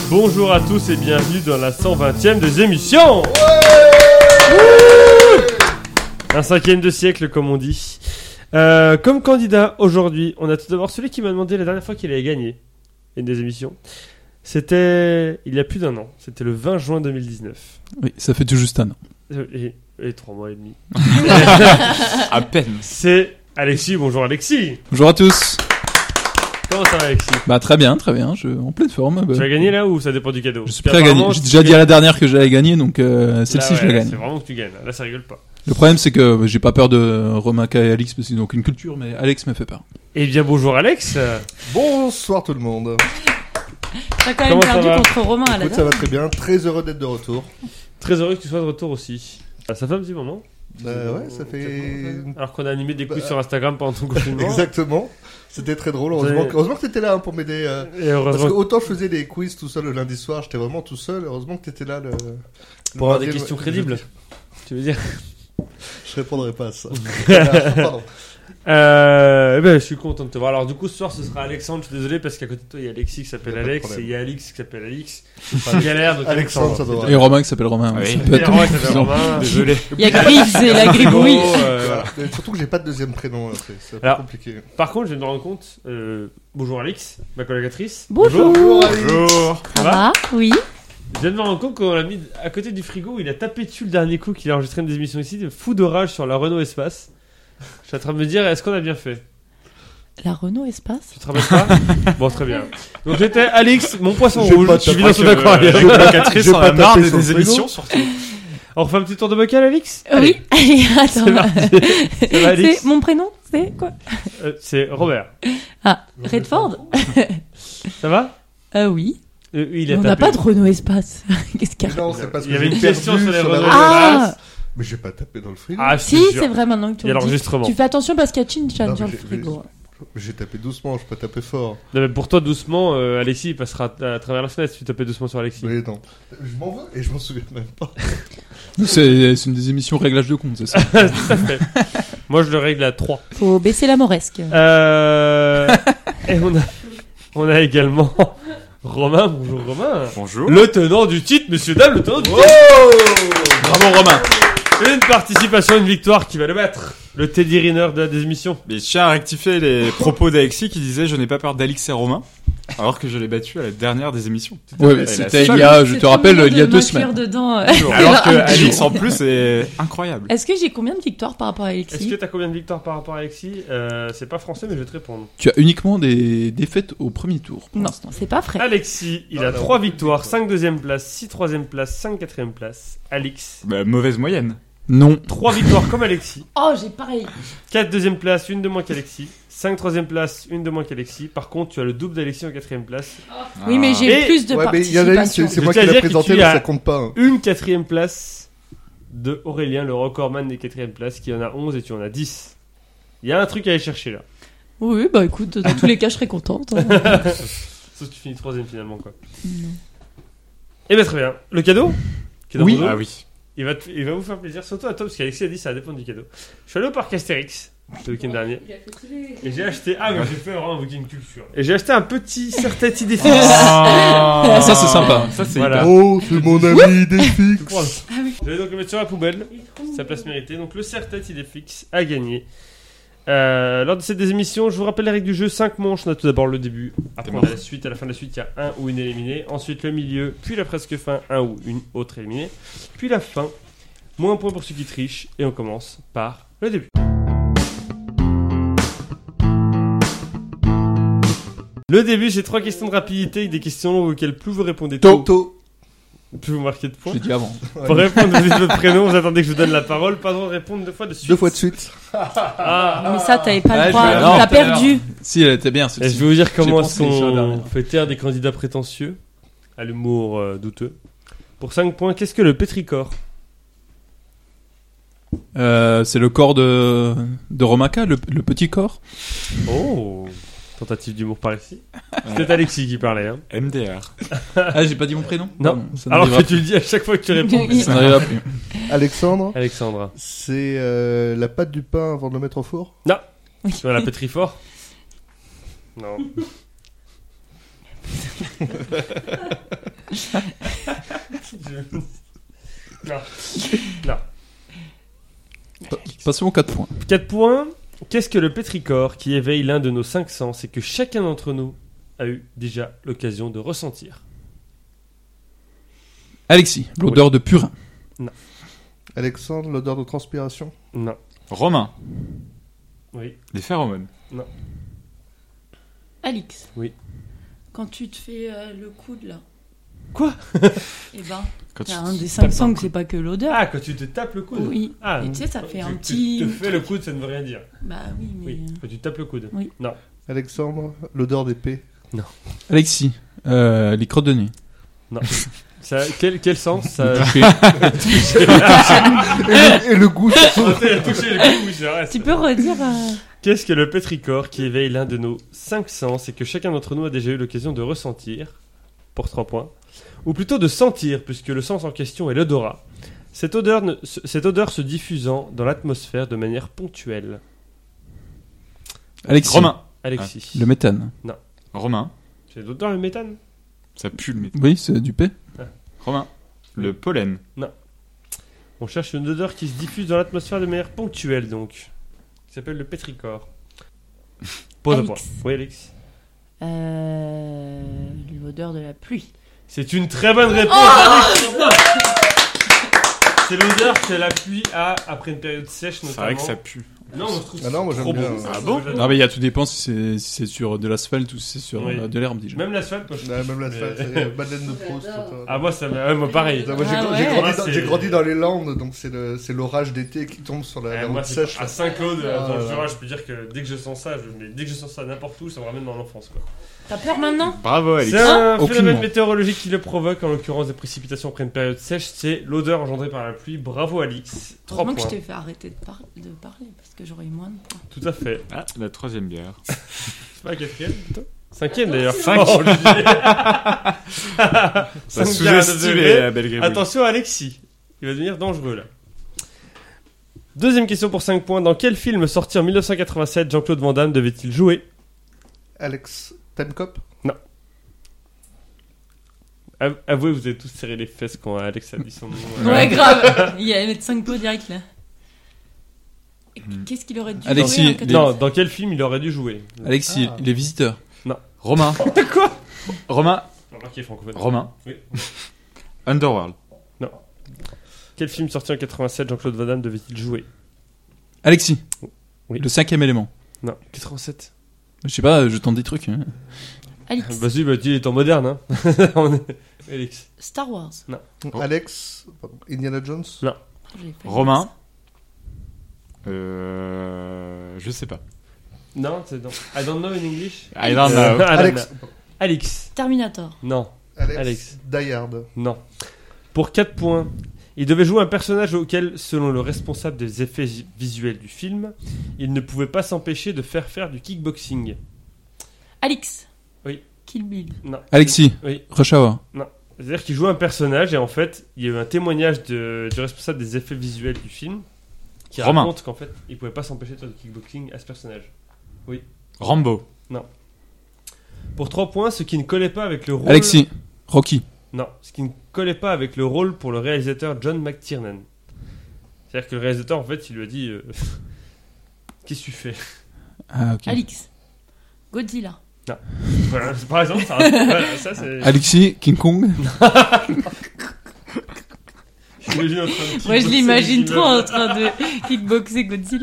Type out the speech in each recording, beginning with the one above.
Bonjour à tous et bienvenue dans la 120e des émissions. Un 5e de siècle comme on dit. Comme candidat aujourd'hui, on a tout d'abord celui qui m'a demandé la dernière fois qu'il avait gagné une des émissions. C'était il y a plus d'un an, c'était le 20 juin 2019. Oui, ça fait tout juste un an. Et 3 mois et demi. À peine. C'est Alexis, bonjour Alexis. Bonjour à tous. Comment ça va Alexis? Bah très bien, en pleine forme. Tu vas gagner là ou ça dépend du cadeau? Je suis prêt à gagner. J'ai déjà dit à la dernière que j'allais gagner, donc celle-ci je la gagne. C'est vraiment que tu gagnes, là ça rigole pas. Le problème c'est que j'ai pas peur de Romaka et Alix parce qu'ils n'ont aucune culture, mais Alex me fait peur. Eh bien bonjour Alex. Bonsoir tout le monde. T'as quand même perdu contre Romain à la Écoute, ça va très bien, très heureux d'être de retour. Très heureux que tu sois de retour aussi. Ça fait un petit moment. Ouais, ça fait... Alors qu'on a animé des quiz sur Instagram pendant ton confinement. Exactement. C'était très drôle. Heureusement que t'étais là pour m'aider. Parce que autant je faisais des quiz tout seul le lundi soir, j'étais vraiment tout seul. Heureusement que t'étais là. Pour avoir des questions crédibles. Tu veux dire? Je répondrai pas à ça. Pardon. Je suis content de te voir. Alors du coup ce soir ce sera Alexandre. Je suis désolé parce qu'à côté de toi il y a Alexis qui s'appelle Alex et il y a Alix qui s'appelle Alix. Enfin galère donc Alexandre ça doit. Et Romain qui s'appelle Romain. Oui. Ça peut être Romain qui s'appelle Romain. Désolé. Il y a Grives et la gribouille. Voilà. Surtout que j'ai pas de deuxième prénom. C'est un peu Alors, compliqué. Par contre je viens de me rendre compte. Bonjour Alix, ma collaboratrice. Bonjour. Bonjour. Ça va? Oui. Je viens de me rendre compte qu'on l'a mis à côté du frigo. Il a tapé dessus le dernier coup qu'il a enregistré une des émissions ici. Fou de rage sur la Renault Espace. Je suis en train de me dire est-ce qu'on a bien fait? La Renault Espace. Tu te rappelles pas? Bon, très bien. Donc j'étais Alix, mon poisson Je vais rouge. pas Je suis taper vidant sous aquarium. Je vais pas taper sur le des frigo. émissions surtout. On refait un petit tour de bocal, Alix? Oui. Allez, attends. C'est parti. Ça va, Alix? C'est mon prénom, c'est quoi? C'est Robert. Ah, Redford. Ça va? Oui. Il a On n'a tapé. pas de Renault Espace. Qu'est-ce qu'il y a? Non, c'est parce que Il y avait j'ai une perdu question sur les la Renault. Ah. Mais j'ai pas tapé dans le frigo. Ah, je Si, te jure. c'est vrai maintenant que Il tu y a le dis. l'enregistrement. Tu fais attention parce qu'il y a Chin-Chan Non, sur mais le frigo. J'ai tapé doucement, je peux pas taper fort. Non, mais pour toi, doucement, Alexis il passera à travers la fenêtre si tu tapais doucement sur Alexis. Mais non. Je m'en veux et je m'en souviens même pas. C'est une des émissions réglage de compte, c'est ça. Tout à fait. Moi, je le règle à 3. Faut baisser la moresque. Et on a également Romain. Bonjour Romain. Bonjour. Le tenant du titre, messieurs, dames, le tenant du titre. Bravo Romain. Une participation, une victoire qui va le battre. Le Teddy Riner de la désémission. Mais je tiens à rectifier les propos d'Alexis qui disait je n'ai pas peur d'Alix et Romain, alors que je l'ai battu à la dernière des émissions. Ouais, mais Elle c'était a il y a, je te rappelle, il y a 2 semaines. Dedans. Alors que Alix en plus est incroyable. Est-ce que j'ai combien de victoires par rapport à Est-ce Alexis? que t'as combien de victoires par rapport à Alexis? C'est pas français, mais je vais te répondre. Tu as uniquement des défaites au premier tour. pour Non, l'instant. c'est pas vrai. Alexis, il a 3 victoires, 5 deuxième places, 6 troisième places, 5 quatrième places. Alix, Bah, mauvaise moyenne. Non. 3 victoires comme Alexis. Oh, j'ai pareil. 4 deuxième places, une de moins qu'Alexis. 5 troisième places, une de moins qu'Alexis. Par contre, tu as le double d'Alexis en quatrième place. Oui, mais j'ai Et- plus de Ouais, mais il y en a une, participation. c'est moi Je qui tiens à l'ai dire que présenté, tu donc as- ça compte pas. Hein. Une quatrième place de Aurélien, le recordman des quatrièmes places, qui en a 11 et tu en as 10. Il y a un truc à aller chercher là. Oui, bah écoute, dans tous les cas, je serais contente. hein. Sauf que tu finis troisième finalement quoi. Eh bien très bien. Le cadeau? Oui. Cadeau. Ah oui. Il va vous faire plaisir, surtout à toi, parce qu'Alexis a dit ça dépend du cadeau. Je suis allé au parc Astérix le week-end dernier. Et j'ai acheté. Ah, mais j'ai fait vraiment un week-end culture. Et j'ai acheté un petit serre-tête idée fixe. Ah, ça c'est sympa. Ça c'est Voilà. Oh, c'est mon ami des fixes. Je vais donc le mettre sur la poubelle. Sa place méritée. Donc le serre-tête idée fixe a gagné. Lors de cette émission, je vous rappelle les règles du jeu. 5 manches. On a tout d'abord le début. Après, on a la suite. À la fin de la suite, il y a un ou une éliminée. Ensuite, le milieu. Puis la presque fin. Un ou une autre éliminée. Puis la fin. Moins un point pour ceux qui trichent. Et on commence par le début. Le début, c'est 3 questions de rapidité. Des questions longues auxquelles plus vous répondez tôt, Toto. plus vous marquez de Je points. l'ai dit avant. Pour répondre, vous dites votre prénom. Vous attendez que je vous donne la parole. Pas le droit de répondre 2 fois de suite. 2 fois de suite. Ah. Mais ça, t'avais pas Ah, le droit. je vais- T'as non, tout à perdu. Si, elle était bien. Et je vais vous dire comment pensé sur la sont dernière. fait taire des candidats prétentieux à l'humour douteux. Pour 5 points, qu'est-ce que le pétrichor? C'est le corps de Romaka, le petit corps. Oh, tentative d'humour par ici. C'est Alexis qui parlait. Hein. MDR. Ah, j'ai pas dit mon prénom. Non. Pardon, ça Alors n'arrivera que tu le dis à chaque fois que tu réponds. plus. Ça n'arrivera plus. Alexandre, Alexandra. c'est la pâte du pain avant de le mettre au four. Oui. Tu vois la pétrifort? Non. Non. Passons aux 4 points. 4 points. Qu'est-ce que le pétrichor qui éveille l'un de nos 5 sens et que chacun d'entre nous a eu déjà l'occasion de ressentir? Alexis, l'odeur de purin. Alexandre, l'odeur de transpiration. Non. Romain, Oui. les phéromones. Alix. Oui. Quand tu te fais le coude là. Quoi? Eh ben, Quand t'as tu- un des tu 5 tapes un sens, coup. c'est pas que l'odeur. Ah, quand tu te tapes le coude. Oui. Ah, Et tu sais, ça fait un tu petit. te fais le coude, ça ne veut rien dire. Bah oui, mais. Oui. Quand tu tapes le coude. Oui. Non. Alexandre, l'odeur d'épée. Alexis, les crottes de nez. Ça, quel sens ça... Et le goût, surtout. Ah, t'as touché le coup, oui, c'est vrai. Tu peux redire. Qu'est-ce que le pétrichor qui éveille l'un de nos 5 sens et que chacun d'entre nous a déjà eu l'occasion de ressentir? Pour 3 points. Ou plutôt de sentir, puisque le sens en question est l'odorat. Cette odeur se diffusant dans l'atmosphère de manière ponctuelle. Alexis, Romain, Alexis. le méthane. Romain, C'est l'odeur le méthane? ça pue le méthane. Oui, c'est du P. Romain, le pollen. On cherche une odeur qui se diffuse dans l'atmosphère de manière ponctuelle, donc. Qui s'appelle le pétrichor. Pose un point. Alix. Oui, Alex. L'odeur de la pluie. C'est une très bonne réponse, Alex. C'est l'odeur que la pluie a après une période sèche, C'est notamment. vrai que ça pue. Non, moi, je trouve Ah non, moi, j'aime trop bien. bon. Ah bon Non, mais il y a tout dépend si c'est sur de l'asphalte ou si c'est sur Oui. de l'herbe déjà. Même l'asphalte, moi, je trouve. Ouais, même l'asphalte, Mais- c'est Madeleine de Proust. Ah, moi, ça m'a. Moi, pareil. Moi, j'ai Ah j'ai ouais. grandi, Moi, dans- c'est- j'ai grandi dans les Landes, donc c'est l'orage d'été qui tombe sur la Moi, route c'est sèche. à Saint-Claude, Ah, dans le ouais. Jura, je peux dire que dès que je sens ça, dès que je sens ça n'importe où, ça me ramène dans l'enfance, quoi. T'as peur maintenant? Bravo, Alex. C'est un Aucunement. phénomène météorologique qui le provoque, en l'occurrence des précipitations après une période sèche, c'est l'odeur engendrée par la pluie. Bravo, Alix. 3 Heureusement que points. je t'ai fait arrêter de parler parce que j'aurais eu moins de points. Tout à fait. Ah, la 3e bière. C'est pas la 4e, plutôt 5e d'ailleurs. 5. Oh, Olivier. Ça Cinq sous-estimé degrés. la belle grévouille. Attention, Alexis. Il va devenir dangereux là. Deuxième question pour 5 points. Dans quel film sorti en 1987 Jean-Claude Van Damme devait-il jouer? Alex, Time Cop. Avouez, vous avez tous serré les fesses quand Alex a dit son nom. Ouais, grave. Il allait mettre 5 pots direct là. Et qu'est-ce qu'il aurait dû Alexis, jouer en quatre- Non, dans quel film il aurait dû jouer? Alexis, Ah. les visiteurs. Romain. Quoi? Romain. Remarquez francophone. Romain. Oui. Underworld. Quel film sorti en 87 Jean-Claude Van Damme devait-il jouer? Alexis, Oui. le 5e élément. Non, 87. Je sais pas, je tente des trucs. Hein. Alix. Vas-y, bah dis les temps modernes, hein. On est- Alex. Star Wars. Oh. Alex, pardon, Indiana Jones. J'avais pas Romain. dit Je sais pas. Non, c'est non. I don't know in English. I don't know. I don't Alex, know. Alex. ça. Terminator. Non, Alex, Alex. Die Hard. non. Pour 4 points, il devait jouer un personnage auquel, selon le responsable des effets visuels du film, il ne pouvait pas s'empêcher de faire du kickboxing. Alix. Oui. Kill Bill. Non. Alexis, Oui. Rush Hour. C'est-à-dire qu'il jouait un personnage et en fait, il y a eu un témoignage du responsable des effets visuels du film qui Romain. raconte qu'en fait, il pouvait pas s'empêcher de faire du kickboxing à ce personnage. Rambo. Pour 3 points, ce qui ne collait pas avec le rôle... Alexis, Rocky. Non, ce qui ne collait pas avec le rôle pour le réalisateur John McTiernan. C'est-à-dire que le réalisateur, en fait, il lui a dit qu'est-ce que tu fais? Ah, ok. Alix. Godzilla. Voilà, par exemple, voilà, ça c'est... Alexis, King Kong. J'imagine en train de Moi, je kickboxer l'imagine avec trop une en meuf. train de kickboxer Godzilla.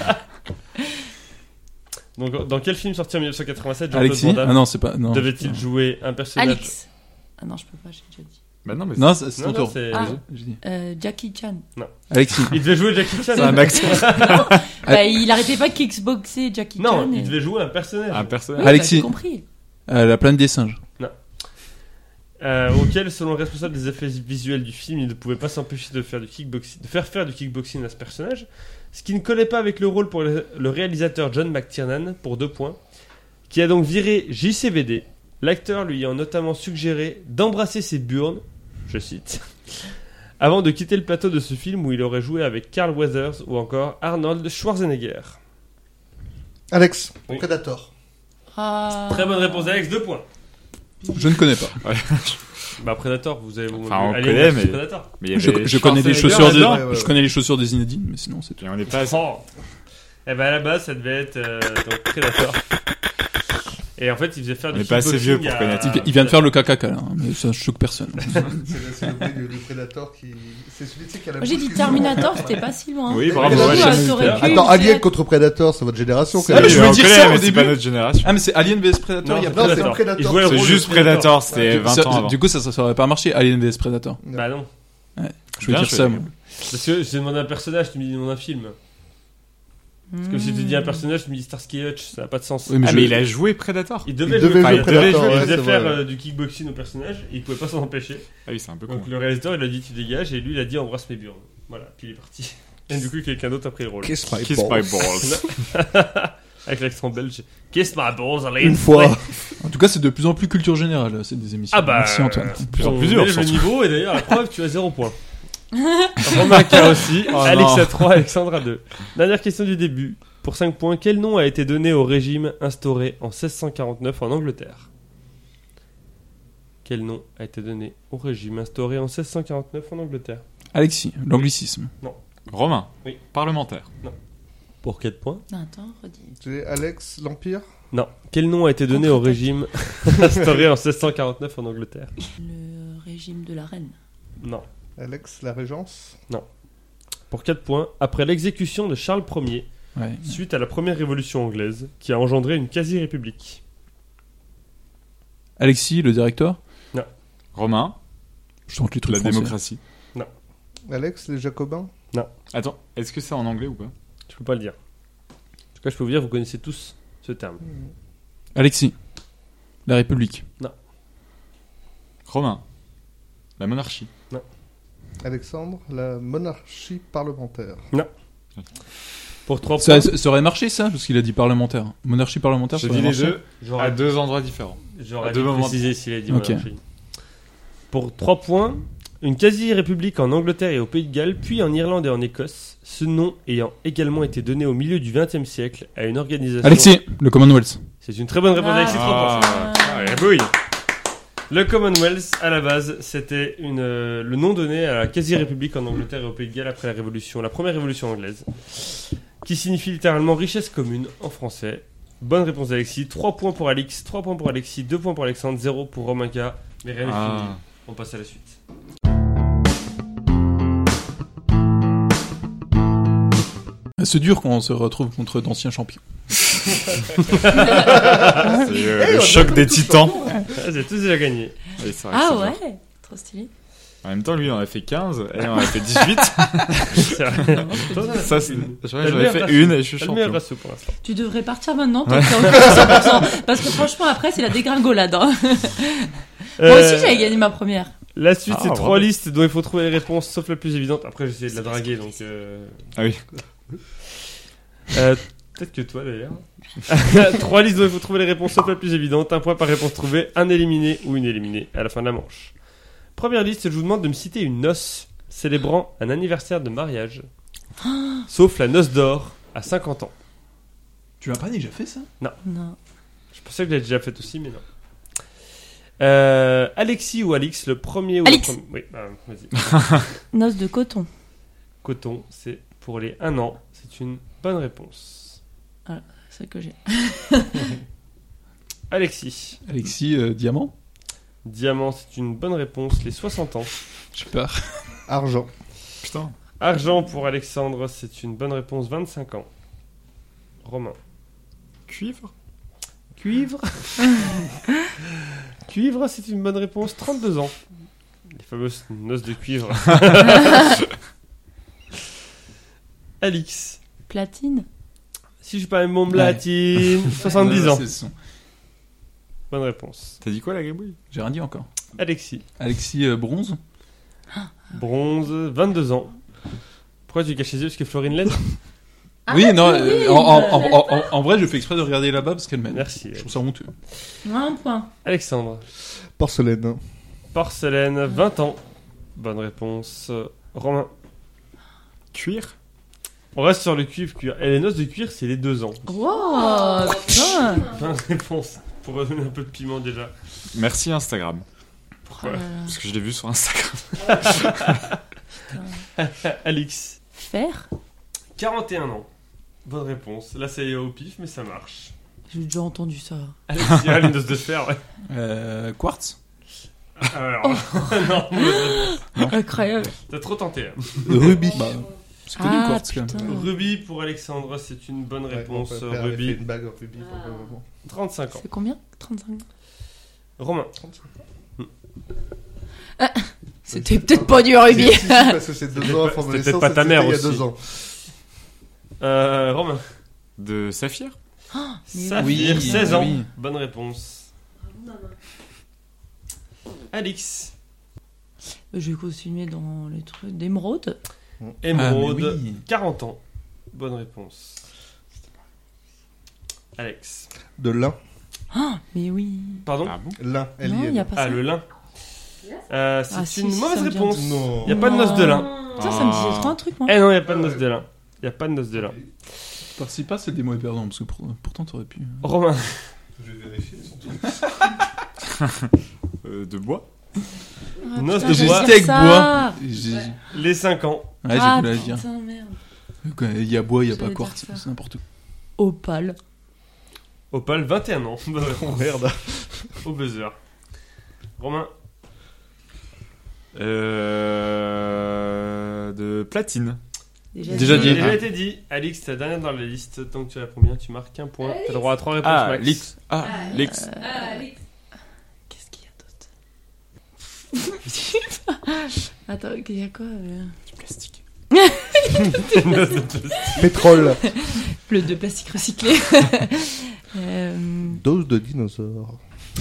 Donc, dans quel film sorti en 1987 Jean-Claude Alexis. Van Ah Damme non, c'est pas. Non. devait-il jouer un personnage... Alix. Ah non, je peux pas, j'ai déjà dit. Bah non, mais Non, c'est Non, ton non, tour. c'est... Ah. J'ai dit. Jackie Chan. Alexis. Il devait jouer Jackie Chan. c'est un acteur. Bah, il arrêtait pas de kickboxer Jackie Non, Chan. il devait jouer un personnage. Un Oui, personnage. bah, Alexis. j'ai compris. La planète des singes. Auquel, selon le responsable des effets visuels du film, il ne pouvait pas s'empêcher de faire du kickboxing à ce personnage, ce qui ne collait pas avec le rôle pour le réalisateur John McTiernan, pour 2 points, qui a donc viré JCVD, l'acteur lui ayant notamment suggéré d'embrasser ses burnes, je cite, avant de quitter le plateau de ce film où il aurait joué avec Carl Weathers ou encore Arnold Schwarzenegger. Alex, Oui. Predator. Ah. Très bonne réponse d'Alex, 2 points. Je ne connais pas. Bah Predator, vous avez on Alien connaît, versus mais- Predator. Mais il y Je avait connais les Schwarzenegger chaussures là-dedans. ouais. je connais les chaussures des Zinedine, mais sinon c'est tout. Et on n'est pas. Oh. Et ben à la base, ça devait être donc Predator. Et en fait, il faisait faire On du n'est pas assez kickboxing vieux pour à- connaître. Il vient de faire le caca là, hein, mais ça choque personne. C'est le bruit du Predator qui. C'est celui qui a la Moi, j'ai bouche dit qui Terminator, c'était pas si loin. Oui, Et bravo. là, Alien. ouais, t'aurais pu, Attends, peut-être. Alien contre Predator, c'est votre génération. quand Ah, même. je voulais on dire connaît, ça au mais c'est début. pas notre génération. Ah mais c'est Alien vs Predator, il y a Non, c'est pas Predator. Il jouait le C'est rôle juste de Predator. Predator, c'était 20 ans avant. Du coup ça aurait pas marché Alien vs Predator. Bah non. Je veux Bien dire joué. ça moi. Parce que j'ai demandé un personnage, tu me dis le nom d'un film. Parce que si tu dis un personnage, tu me dis Starsky Hutch, ça n'a pas de sens. Oui, mais Ah, je- mais il a joué Predator. Il devait Il devait jouer jouer Predator, il ouais, devait c'est faire vrai. du kickboxing au personnage et il pouvait pas s'en empêcher. Ah oui, c'est un peu con. Donc le réalisateur il a dit tu dégages et lui il a dit embrasse mes burnes. Voilà, puis il est parti. Et du coup quelqu'un d'autre a pris le rôle. Kiss my Kiss my balls. balls. Avec l'accent belge. Kiss my balls, allez. Une fois. En tout cas, c'est de plus en plus culture générale, c'est des émissions. Ah bah. Merci Antoine. Plus en on plus dur, élève le surtout. niveau et d'ailleurs la preuve tu as 0 points. Romain K aussi, Oh Alex non. à 3, Alexandre à 2. Dernière question du début. Pour 5 points, quel nom a été donné au régime instauré en 1649 en Angleterre? Quel nom a été donné au régime instauré en 1649 en Angleterre? Alexis, l'anglicisme. Romain. Oui. Parlementaire. Pour 4 points? Non, attends, redis. C'est Alex l'Empire. Non. Quel nom a été donné au régime instauré en 1649 en Angleterre? Le régime de la reine. Non. Alex la Régence. Pour 4 points, après l'exécution de Charles Ier, Ouais. suite à la première révolution anglaise, qui a engendré une quasi-république. Alexis, le directeur. Romain. Je tente les trucs La français. démocratie. Alex les Jacobins. Attends, est-ce que c'est en anglais ou pas? Je peux pas le dire. En tout cas, je peux vous dire, vous connaissez tous ce terme. Alexis, la République. Romain. La monarchie. Alexandre la monarchie parlementaire. Pour 3 points, Ça aurait marché ça, parce qu'il a dit parlementaire. Monarchie parlementaire, J'ai ça dit aurait les marché. deux à deux endroits différents. j'aurais à dû deux moments. préciser s'il a dit Ok. monarchie. Pour 3 points, une quasi-république en Angleterre et au Pays de Galles, puis en Irlande et en Écosse, ce nom ayant également été donné au milieu du XXe siècle à une organisation... Alexis, le Commonwealth. C'est une très bonne réponse d'Alexis, 3 points. Oui. Le Commonwealth, à la base, c'était le nom donné à la quasi-république en Angleterre et au Pays de Galles après la première révolution anglaise, qui signifie littéralement richesse commune en français. Bonne réponse d'Alexis. 3 points pour Alix, 3 points pour Alexis, 2 points pour Alexandre, 0 pour Romain K. Mais rien n'est fini. On passe à la suite. C'est dur quand on se retrouve contre d'anciens champions. C'est le choc des titans. Ah, j'ai tous déjà gagné. Oui, c'est vrai que Ah c'est dur. ouais, trop stylé. En même temps, lui, il en a fait 15 et on en a fait 18. C'est vrai. Toi, t'en as Ça, fait c'est... une. J'en T'as le ai meilleur fait ratio. une et je suis T'as le meilleur champion. ratio pour l'instant. Tu devrais partir maintenant, toi, t'es en plus de 100%. Parce que franchement, après, c'est la dégringolade. Hein. Moi aussi, j'avais gagné ma première. La suite, Ah, c'est bravo. 3 listes dont il faut trouver les réponses, sauf la plus évidente. Après, j'ai essayé de la draguer, donc... Ah oui. Peut-être que toi, d'ailleurs. 3 listes dont il faut trouver les réponses, sauf la plus évidente. 1 point par réponse trouvée, un éliminé ou une éliminée à la fin de la manche. Première liste, je vous demande de me citer une noce célébrant un anniversaire de mariage. Sauf la noce d'or à 50 ans. Tu m'as pas déjà fait ça? Non. Je pensais que je l'avais déjà fait aussi, mais non. Alexis ou Alix, le premier ou Alix. le premier... Oui, vas-y. Noce de coton. Coton, c'est pour les 1 an. C'est une bonne réponse. C'est que j'ai. Alexis. Alexis, diamant? Diamant, c'est une bonne réponse. Les 60 ans. Je sais pas. Argent. Putain. Argent pour Alexandre, c'est une bonne réponse. 25 ans. Romain. Cuivre. Cuivre. Cuivre, c'est une bonne réponse. 32 ans. Les fameuses noces de cuivre. Alix. Platine. Si je parle mon platine, 70 ans. C'est son. Bonne réponse. T'as dit quoi, la gribouille? J'ai rien dit encore. Alexis. Alexis, bronze? Bronze, 22 ans. Pourquoi tu caches les yeux? Parce que Florine l'aide. Oui, non, oui, en vrai, je fais exprès de regarder là-bas parce qu'elle m'aide. Merci. Je trouve ça honteux. 1 point. Alexandre. Porcelaine. Porcelaine, 20 ans. Bonne réponse. Romain. Cuir. On reste sur le cuivre. Et les noces de cuir, c'est les 2 ans. Wow, putain. Bonne réponse. Pour redonner un peu de piment déjà. Merci Instagram. Parce que je l'ai vu sur Instagram. Alix. Fer. 41 ans. Bonne réponse. Là, c'est au pif, mais ça marche. J'ai déjà entendu ça. Alix, une dose de fer, ouais. Quartz. Alors, non. Incroyable. T'as trop tenté. Hein. Rubis. Bah, c'est que du quartz quand même. Rubis pour Alexandre, c'est une bonne réponse. Mon père avait Rubis. fait une bague en rubis pour le moment. 35 ans. C'est combien 35 ans. Romain. C'était peut-être pas du rubis. Si, parce que c'est 2 ans avant ma C'était naissance. peut-être pas ta mère il y a aussi. 2 ans. Romain. De Saphir. Saphir, 16 ans. oui. Bonne réponse. Alix. Je vais continuer dans les trucs d'émeraude. Émeraude. Ah, mais oui. 40 ans. Bonne réponse. Alex. De lin. Mais oui. Pardon. Ah bon? Lin. Non, il n'y a pas Ah, ça. le lin. C'est si, une si, mauvaise ça me vient réponse. de- Non. Il n'y a pas de noce de lin. Ça me disait trop un truc, moi. Eh non, il n'y a pas de noce de lin. Il n'y a pas de noce de lin. Participe pas, c'est des mauvais perdants, parce que pourtant t'aurais pu. Romain. Je vais vérifier surtout. De bois. Ah, Noce putain, de j'allais bois. dire Steak ça. bois. Les 5 ans. Ouais, j'ai Ah, pu la dire. putain, merde. Il y a bois, il y a J'allais pas dire quartz, ça. c'est n'importe quoi. Opale. Opal, 21 ans. Bonne réponse. Merde. Au buzzer. Romain. De platine. Déjà dit. Déjà été dit. Alix, ta dernière dans la liste. Tant que tu réponds bien, tu marques un point. T'as le droit à 3 réponses Ah, max. Lix. Ah, Lix. Qu'est-ce qu'il y a d'autre Attends, il y a quoi Du plastique. Pétrole. Le de plastique recyclé. Dose de dinosaure.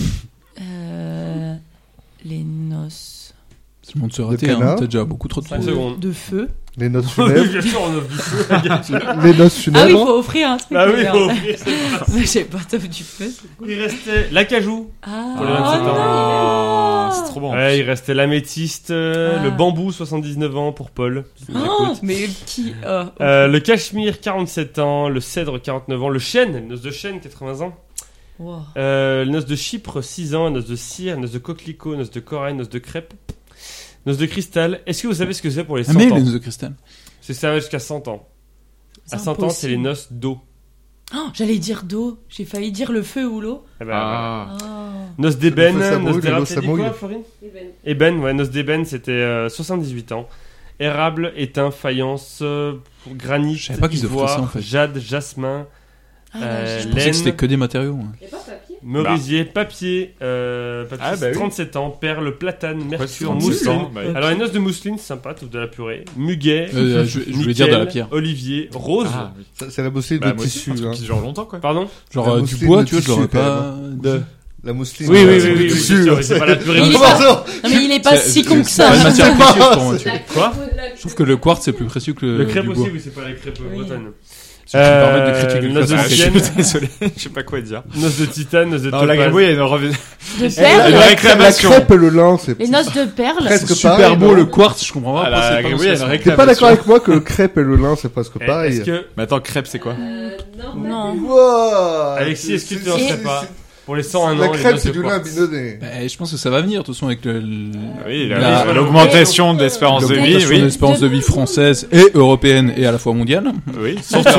Les noces C'est le monde se De rater, hein. canard. T'as déjà beaucoup trop de 5 temps. secondes. de feu. Les noces Oui, funèbres. bien sûr, on offre du feu. Les noces Ah oui, il funèbres. faut offrir un truc. Ah oui, il merde. faut offrir, c'est le principe. Mais j'ai pas top du feu. c'est cool. Il restait l'acajou. Ah, Pour les 27 ans. Ah, c'est trop bon. Ouais, il restait l'améthyste, Ah. le bambou, 79 ans pour Paul. Oh, mais qui Le cachemire, 47 ans. Le cèdre, 49 ans. Le chêne, le noce de chêne, 80 ans. Wow. Le noce de Chypre, 6 ans. Noce de cire, noce de coquelicot, noce de corail, noce de crêpe. Noce de cristal. Est-ce que vous savez ce que c'est pour les 100 Ah, mais ans les noces de cristal. C'est ça jusqu'à 100 ans. À 100 ans, c'est impossible. les noces d'eau. Oh, j'allais dire d'eau. J'ai failli dire le feu ou l'eau. Eh ben, voilà. Ah. Noce d'ébène, Le feu, ça noce mouille, d'érable, l'eau, t'as ça dit quoi, mouille. Florine Ébène, ouais, noce d'ébène, c'était 78 ans. Érable, étain, faïence, granit, Je savais pas qu'ils offraient ça, ivoire, en fait. jade, jasmin, Ah, là, Euh, Je j'ai- pensais Laine. que c'était que des matériaux. Ouais. merisier, papier, Ah, bah oui. 37 ans, perle, platane, mercure, 36 mousseline. ans, bah, Alors, les noces de mousseline, c'est sympa, tout de la purée. Muguet, Je voulais dire de la pierre. olivier, rose. Ah, oui. C'est la mousseline Bah, de moi aussi, tissu. un truc hein. qui dure longtemps, quoi. Pardon Genre La du mousseline bois, de tu vois, je l'aurais tissu, quand pas. De... La mousseline. Oui, de oui, oui, tissu, bien sûr, hein. mais c'est pas la purée. Il est Pardon. Non, mais il est pas si con que C'est pas une ça. matière précieuse pour moi. tu vois. Quoi Je trouve que le quartz c'est plus précieux que Le crêpe du aussi, bois. oui, c'est pas la crêpe Oui. bretonne. Si tu me permets de critiquer le noce de classement, sienne, Je suis désolé, je sais pas quoi dire. noce de titane, noce de Non, la topaz. gribouille, il y a une revue. De La perles. réclamation. La crêpe et le lin, c'est Les noces de perles. presque C'est super pareil, beau non le quartz, je comprends pas. Ah, pourquoi la c'est pas gribouille, il y a une aussi- réclamation. T'es pas d'accord avec moi que le crêpe et le lin, c'est presque pareil. Est-ce que, Mais attends, crêpe, c'est quoi? Non. Wow. Alexis, est-ce que tu C'est- en c'est- sais pas c'est- pour les 101 La ans, les crêpe, noces c'est de du lin quartz. bidonné. Bah, je pense que ça va venir de toute façon avec Oui, la- l'augmentation de l'espérance de vie, l'augmentation de oui. l'espérance de vie française et européenne et à la fois mondiale. Oui, surtout.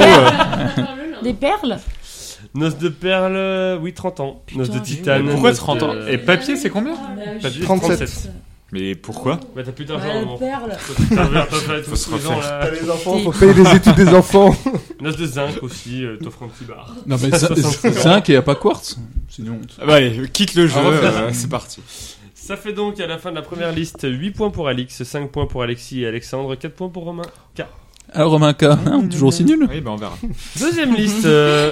Des perles. Noces de perles, oui, 30 ans. Putain, Noces de mais titane. Pourquoi noces 30 ans? de- Et papier, c'est combien? Papier, 37. Mais pourquoi? Bah, t'as plus d'argent, Ouais, maman. perles. Faut se refaire. T'as les enfants, faut payer les études des enfants. Noces de zinc aussi, t'offres un petit bar. Non mais zinc et y a pas quartz. Sinon. Ah bah allez, quitte le jeu, On va faire ça. c'est parti. Ça fait donc à la fin de la première liste 8 points pour Alix, 5 points pour Alexis et Alexandre, 4 points pour Romain. Alors Romain K, on est toujours aussi nul. Oui, bah on verra. Deuxième liste,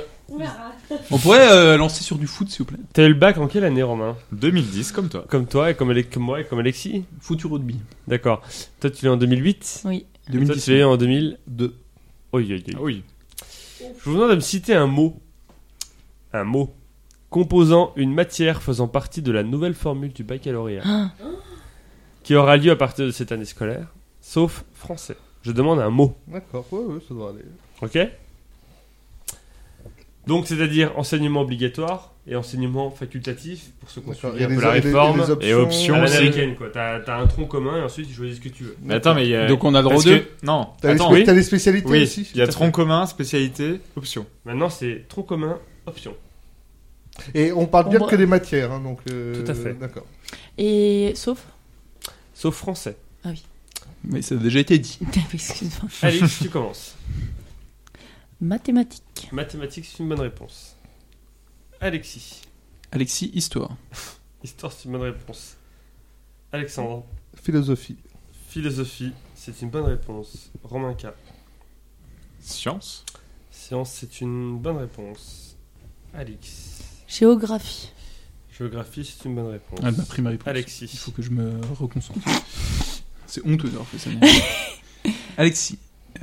On pourrait lancer sur du foot s'il vous plaît. t'as eu le bac en quelle année, Romain? 2010, comme toi. Comme toi et comme moi et comme Alexis. Foot ou rugby. D'accord. Toi, tu l'as en 2008. Oui. Et toi, tu l'as eu en 2002. Oui, oui, oui. Ah oui. Je vous demande de me citer un mot. Un mot. Composant une matière faisant partie de la nouvelle formule du baccalauréat. Ah. Qui aura lieu à partir de cette année scolaire. Sauf français. Je demande un mot. D'accord, ouais, ça doit aller. Ok? Donc, c'est-à-dire enseignement obligatoire, et enseignement facultatif pour ceux qui ont D'accord. suivi un peu la réforme. Et options, à c'est- l'américaine, quoi. T'as un tronc commun et ensuite tu choisis ce que tu veux. Mais attends, mais il y a... Donc on a le droit parce de... que- Non, T'as attends. les, t'as les spécialités Oui, aussi. il y a tronc commun, spécialité, option. Maintenant, c'est tronc commun, option. Et on parle bien Bon, que des matières, hein, donc. Tout à fait. D'accord. Et sauf. Sauf français. Mais ça a déjà été dit. Excuse-moi. Alix, tu commences. Mathématiques. Mathématiques, c'est une bonne réponse. Alexis. Alexis, histoire. Histoire, c'est une bonne réponse. Alexandre. Philosophie. Philosophie, c'est une bonne réponse. Romain K. Science. Science, c'est une bonne réponse. Alix. Géographie. Géographie, c'est une bonne réponse. Elle m'a pris ma réponse. Il Alexis. faut que je me reconcentre. C'est honteux d'avoir fait ça. Alexis.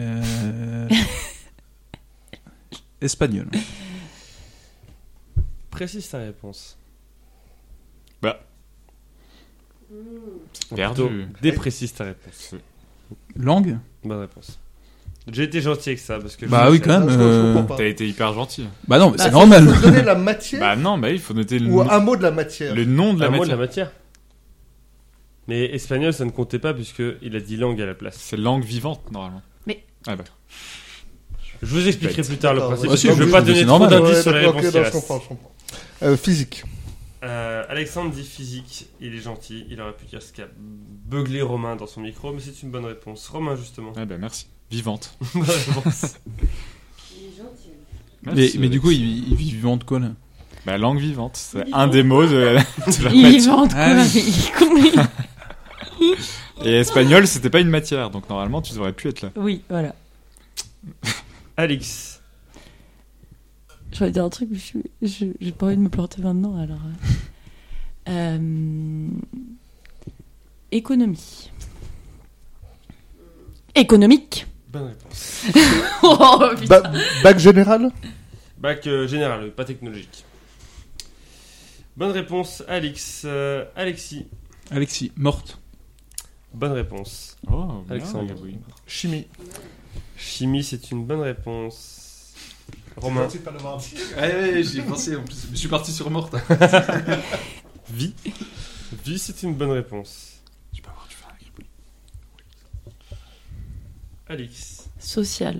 Espagnol. Précise ta réponse. Perdu. Plutôt, déprécise ta réponse. Langue. Bonne réponse. J'ai été gentil avec ça parce que. Bah je- oui, quand même. Je comprends pas. T'as été hyper gentil. Bah non, mais c'est Bah, normal. Faut donner la matière Bah non, bah il faut noter ou un mot de la matière. le nom de la Un mot de matière. la matière. Mais espagnol, ça ne comptait pas puisqu'il a dit langue à la place. C'est langue vivante, normalement. Mais- Ah bah. Je vous expliquerai plus tard le D'accord, principe. ouais. parce que Ah, je si, veux oui, pas mais donner c'est trop normal. d'indices Ouais, sur la d'accord, réponse. ok, qui non, je reste. comprends. Physique. Alexandre dit physique, il est gentil, il aurait pu dire ce qu'a beuglé Romain dans son micro, mais c'est une bonne réponse. Romain, justement. Ah bah merci. Vivante. Bonne réponse. Merci, Mais du coup, Alex. il vit vivant de quoi là? Bah langue vivante. C'est un des mots de la Il matière. invente quoi, Ah oui. mais il est con. Et espagnol, c'était pas une matière, donc normalement tu devrais plus être là. Oui, voilà. Alix. Je vais dire un truc, mais j'ai pas envie de me planter maintenant, alors. Économie. Économique. Bonne réponse. Oh putain. Bac général. Bac général, pas technologique. Bonne réponse, Alix. Alexis. Alexis, morte. Bonne réponse. Oh, Alexandre. bien, oui. Chimie. Chimie, c'est une bonne réponse. Romain. Ouais, j'y ai pensé en plus. Je suis parti sur morte. Vie. Vie, c'est une bonne réponse. Tu peux avoir du vin avec lui. Alix. Social.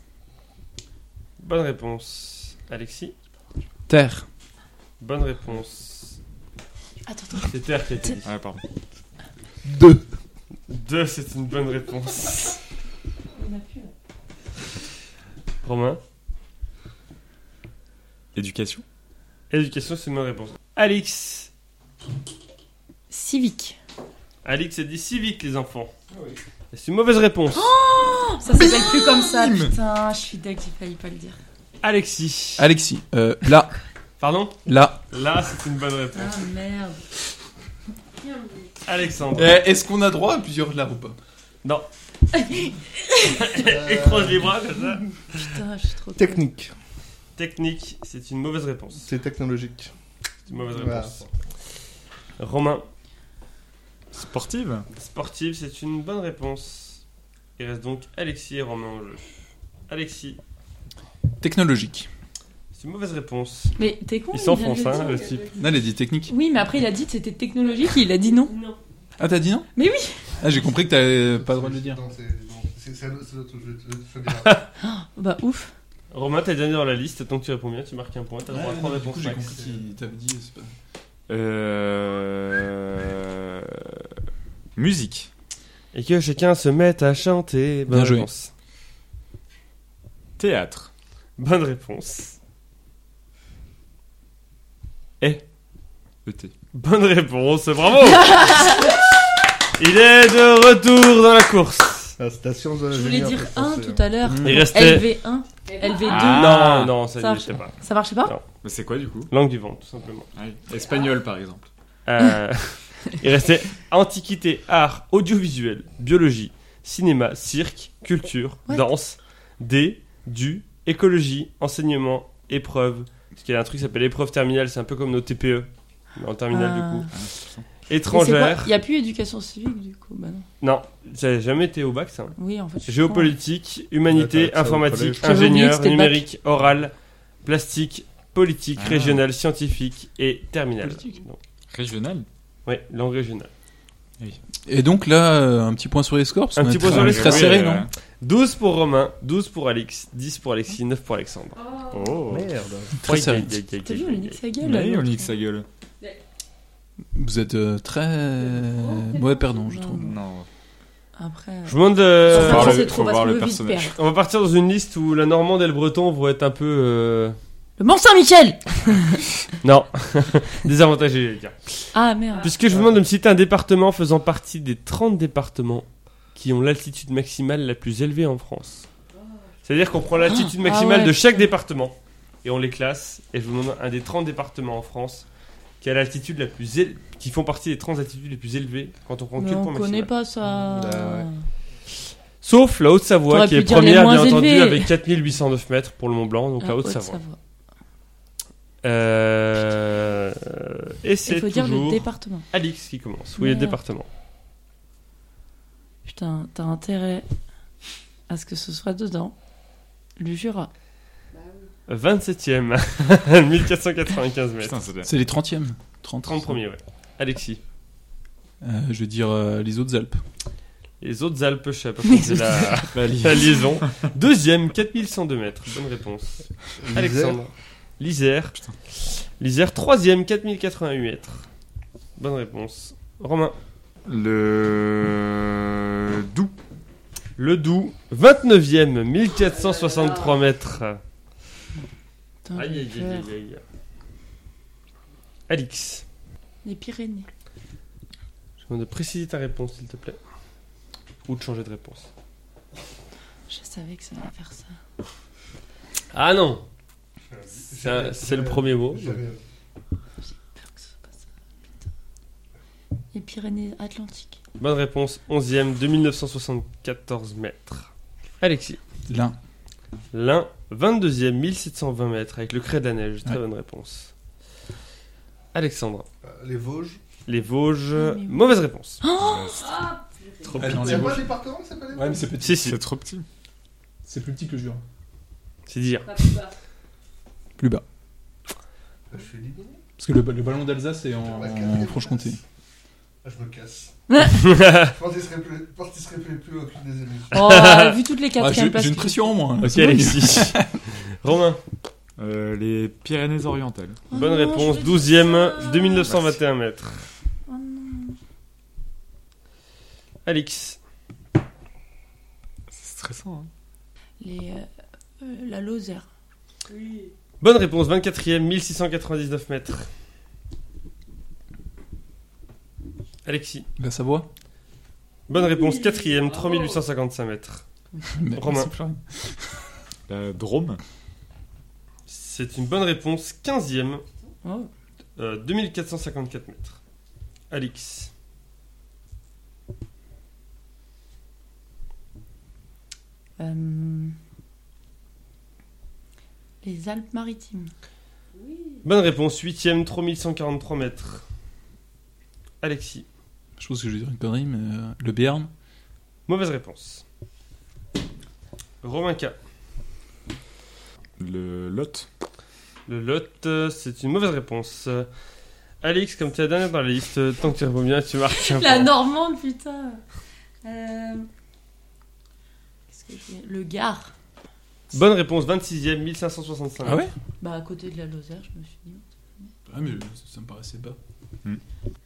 Bonne réponse. Alexis. Terre. Bonne réponse. Attends. C'est Terre qui a été dit. Ah pardon. 2. 2, c'est une bonne réponse. Romain. Éducation. Éducation, c'est une bonne réponse. Alix. Civique. Alix a dit civique, les enfants. C'est une mauvaise réponse. Ça s'appelle plus comme ça, putain. Je suis deg, j'ai failli pas le dire. Alexis. Alexis, là. Pardon. Là. Là, c'est une bonne réponse. Ah merde. Alexandre. Est-ce qu'on a droit à plusieurs là ou pas? Non. Et croise les bras comme ça. Putain, je suis trop. Technique. Technique, c'est une mauvaise réponse. C'est technologique. C'est une mauvaise Voilà. réponse. Romain. Sportive. Sportive, c'est une bonne réponse. Il reste donc Alexis et Romain en jeu. Alexis. Technologique. C'est une mauvaise réponse. Mais t'es con. Il vient de s'enfonce, le hein, dire. le type. Là, elle a dit technique. Oui, mais après il a dit que c'était technologique et il a dit non. Ah, t'as dit non? Mais oui. Ah, j'ai compris que t'avais pas le droit de le dire. Non, c'est l'autre, je dirais. Bah ouf. Romain, t'es dernier dans la liste. Tant que tu réponds bien, tu marques un point. T'as le droit à 3 Du réponses coup, j'ai max. compris qu'il t'avait dit, c'est pas... Musique. Et que chacun se mette à chanter. Bonne Bien joué. réponse. Théâtre. Bonne réponse. ET. Bonne réponse, bravo. Il est de retour dans la course. Ah, c'est la science de Je voulais l'ingénieur. dire faut 1 penser, tout à l'heure. Il restait... LV1, LV2. Ah. Non, ça Ça n'existait pas. Ça marchait pas? Non. Mais c'est quoi du coup? Langue du vent, tout simplement. Espagnol par exemple. Il restait antiquité, art, audiovisuel, biologie, cinéma, cirque, culture, What? danse, écologie, enseignement, épreuve. Parce qu'il y a un truc qui s'appelle épreuve terminale, c'est un peu comme nos TPE, mais en terminale du coup. Étrangère. Il n'y a plus éducation civique du coup. Bah non. Non, ça n'a jamais été au bac ça. Oui, en fait. je suis Géopolitique, humanité, Ouais, t'as ça au informatique, collège. J'avais oublié que ingénieur, c'était le bac. numérique, oral, plastique, politique, régionale, scientifique et terminale. Politique. Régionale. Oui, langue régionale. Et donc là, un petit point sur les scores. Un petit point sur les scores. Très serré, non 12 pour Romain, 12 pour Alix, 10 pour Alexis, 9 pour Alexandre. Oh merde. Très serré. T'as vu, on nique sa gueule. Oui, on nique sa gueule. Vous êtes très mauvais perdant, je trouve. Non. Après. Je vous demande faut voir le personnage. On va partir dans une liste où la Normande et le Breton vont être un peu. Le Mont-Saint-Michel. Non, désavantagé, j'allais dire. Ah merde. Puisque je vous demande de me citer un département faisant partie des 30 départements qui ont l'altitude maximale la plus élevée en France. C'est-à-dire qu'on prend l'altitude maximale de chaque département et on les classe. Et je vous demande un des 30 départements en France qui a l'altitude la plus qui font partie des 30 altitudes les plus élevées quand on prend que le point On connaît maximal. pas ça. Sauf la Haute-Savoie T'aurais qui pu est dire les première, moins bien entendu, élevés. avec 4809 mètres pour le Mont Blanc, donc la Haute-Savoie. Et c'est Il faut dire le toujours département. Alix qui commence. Oui, le département. Putain, t'as intérêt à ce que ce soit dedans. Le Jura. 27ème, 1495 mètres. Putain, C'est les 30e. 30 premiers, ouais. Alexis. Je vais dire les Hautes-Alpes. Les Hautes-Alpes, je sais pas comment c'est la liaison. Deuxième, 4102 mètres. Bonne réponse. Alexandre. L'Isère. L'Isère, troisième, 4088 mètres. Bonne réponse. Romain. Le Doubs. Le Doubs, 29ème, 1463 mètres. Putain, Aïe, aïe, aïe, aïe, aïe. Alix. Les Pyrénées. Je demande de préciser ta réponse, s'il te plaît. Ou de changer de réponse. Je savais que ça allait faire ça. Ah non. C'est le premier mot. J'ai peur que ce soit pas ça. Putain. Les Pyrénées Atlantiques. Bonne réponse, 11ème, 2974 mètres. Alexis. L'Ain. L'Ain, 22ème, 1720 mètres, avec le Crêt de la Neige. Très bonne réponse. Alexandre. Les Vosges. Les Vosges, mais oui. mauvaise réponse. Trop Il n'y a pas un département qui s'appelle les Vosges ? Ouais, mais c'est petit. Si. C'est trop petit. C'est plus petit que le Jura. C'est dire. Plus bas. Je suis éliminé. Parce que le ballon d'Alsace est en Franche-Comté. Je me casse. Je participerai plus à aucune des émissions. Oh, vu toutes les quatrièmes places. J'ai une pression en moins. Ok, Alexis. Romain. Les Pyrénées-Orientales. Bonne réponse, 12ème, 2921 mètres. Oh non. Alix. C'est stressant, hein. La Lozère. Bonne réponse, 24ème, 1699 mètres. Alexis. La Savoie. Bonne réponse, 4ème, 3855 mètres. Romain. La Drôme. C'est une bonne réponse, 15ème, Oh. 2454 mètres. Alix. Les Alpes-Maritimes. Bonne réponse, 8ème, 3143 mètres. Alexis. Je pense que je vais dire une connerie, mais le Béarn. Mauvaise réponse. Romain K. Le Lot. Le Lot, c'est une mauvaise réponse. Alix, comme tu es la dernière dans la liste, tant que tu réponds bien, tu marques un La point. Normande, putain. Qu'est-ce que j'ai ? Le Gard. Bonne réponse, 26ème, 1565 mètres. Ah ouais. Bah, à côté de la Lozère, je me suis dit. Ah, mais ça me paraissait bas. Le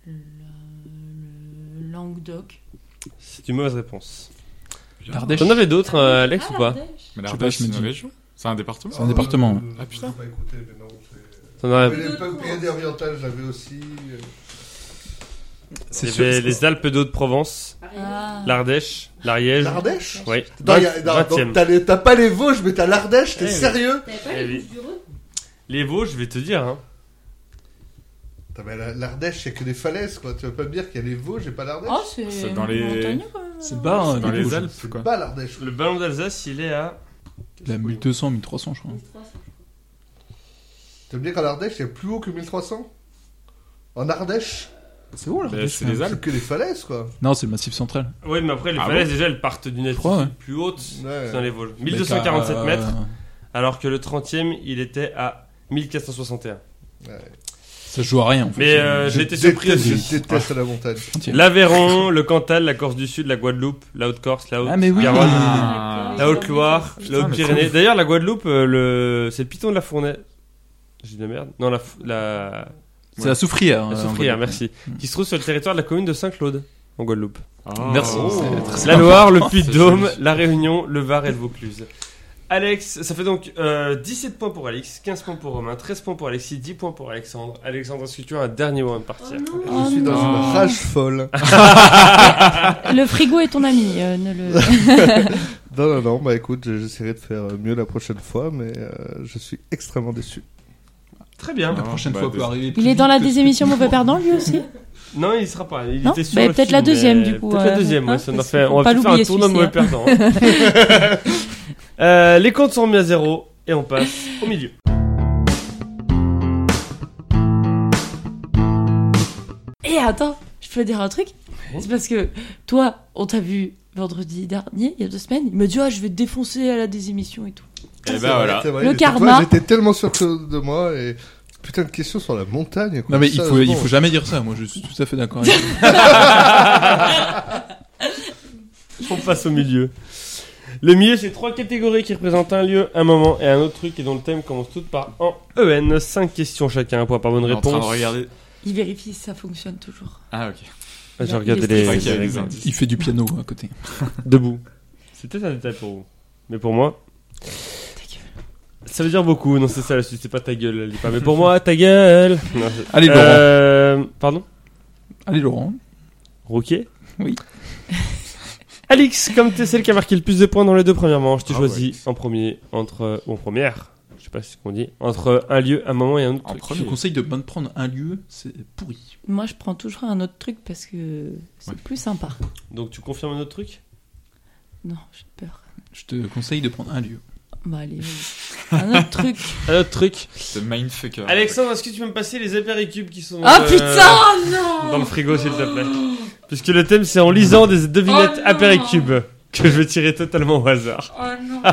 Languedoc. C'est une mauvaise réponse. L'Ardèche. T'en avais d'autres, Alex, ou pas? l'Ardèche. Mais Je sais l'Ardèche, pas, c'est je me une dis. région. C'est un département. C'est un département. Ah, putain. Pas écouté, mais non, T'en avais... les Pyrénées orientales, j'avais aussi. Il y avait les Alpes d'Haute-Provence, Ah. l'Ardèche, l'Ariège. L'Ardèche ? Oui, Non, 20ème. t'as pas les Vosges, mais t'as l'Ardèche, t'es Eh oui. sérieux ? Eh oui. Les Vosges, je vais te dire, hein. Putain, mais l'Ardèche, c'est que des falaises, quoi. Tu vas pas me dire qu'il y a les Vosges et pas l'Ardèche ? Oh, c'est C'est dans les- montagneux, quand même. C'est bas, hein, Dans les Vosges. Alpes, quoi. Pas l'Ardèche. Le ballon d'Alsace, il est à... La 1200, 1300, je crois. Tu veux me dire qu'en Ardèche, c'est plus haut que 1300 ? En Ardèche ? C'est où, là C'est les C'est Alpes. que des falaises, quoi. Non, c'est le Massif Central. Oui, mais après, les Ah falaises, déjà, elles partent d'une altitude crois, ouais. plus haute Ouais. que dans les Vosges. 1247 mètres, alors que le 30ème, il était à 1461. Ouais. Ça joue à rien, en fait. Mais j'ai été surpris aussi. Je déteste la montagne. L'Aveyron, le Cantal, la Corse du Sud, la Guadeloupe, la Haute-Corse, la Haute-Garonne, la Haute-Loire, la Haute-Pyrénées. D'ailleurs, la Guadeloupe, c'est le piton de la Fournaise. J'ai de la merde. Non, c'est la Soufrière. La Soufrière, merci. Qui se trouve sur le territoire de la commune de Saint-Claude, en Guadeloupe. Merci. La Loire, le Puy-de-Dôme, la Réunion, le Var et le Vaucluse. Alex, ça fait donc 17 points pour Alix, 15 points pour Romain, 13 points pour Alexis, 10 points pour Alexandre. Alexandre, est-ce que tu as un dernier moment de partir? Je suis dans une rage folle. Le frigo est ton ami, ne le... Non, bah écoute, j'essaierai de faire mieux la prochaine fois, mais je suis extrêmement déçu. Très bien. La prochaine fois peut arriver. Il est dans la désémission Mauvais Perdant, lui aussi? Non, il sera pas. Il non, était sur bah, le peut-être film, la deuxième, du coup. Peut-être la deuxième, ouais, ça on va pas peut-être faire un l'oublier, tournoi de Mauvais Perdant. Les comptes sont remis à 0 et on passe au milieu. Et attends, je peux dire un truc? C'est parce que toi, on t'a vu vendredi dernier, il y a 2 semaines, il me dit je vais te défoncer à la désémission et tout. Et ben voilà. Vrai, le karma. J'étais tellement sûr de moi et putain de question sur la montagne. Quoi. Non mais il faut jamais dire ça. Moi je suis tout à fait d'accord avec On passe au milieu. Le milieu, c'est 3 catégories qui représentent un lieu, un moment et un autre truc et dont le thème commence toutes par en EN. 5 questions chacun, un point par bonne réponse. En train de regarder. Il vérifie si ça fonctionne toujours. Ah ok. Je regardais les indices. Il fait du piano à côté. Debout. C'est peut-être un détail pour vous. Mais pour moi... Ça veut dire beaucoup. Non, c'est ça la suite. C'est pas ta gueule. Elle dit pas. Mais pour moi, ta gueule. Non, Allez, Laurent. Pardon? Allez, Laurent. Roquet? Oui. Alix, comme t'es celle qui a marqué le plus de points dans les 2 premières manches, tu choisis en premier, ou en première, je sais pas ce qu'on dit, entre un lieu, un moment et un autre truc. Je te conseille de bien prendre un lieu, c'est pourri. Moi, je prends toujours un autre truc parce que c'est plus sympa. Donc tu confirmes un autre truc? Non, j'ai peur. Je te conseille de prendre un lieu. Bah allez, un autre truc. Un autre truc. C'est mindfucker. Alexandre, est-ce que tu peux me passer les apéricubes qui sont putain, non dans le frigo, s'il te plaît? Puisque le thème, c'est en lisant des devinettes apéricubes que je vais tirer totalement au hasard. Oh non.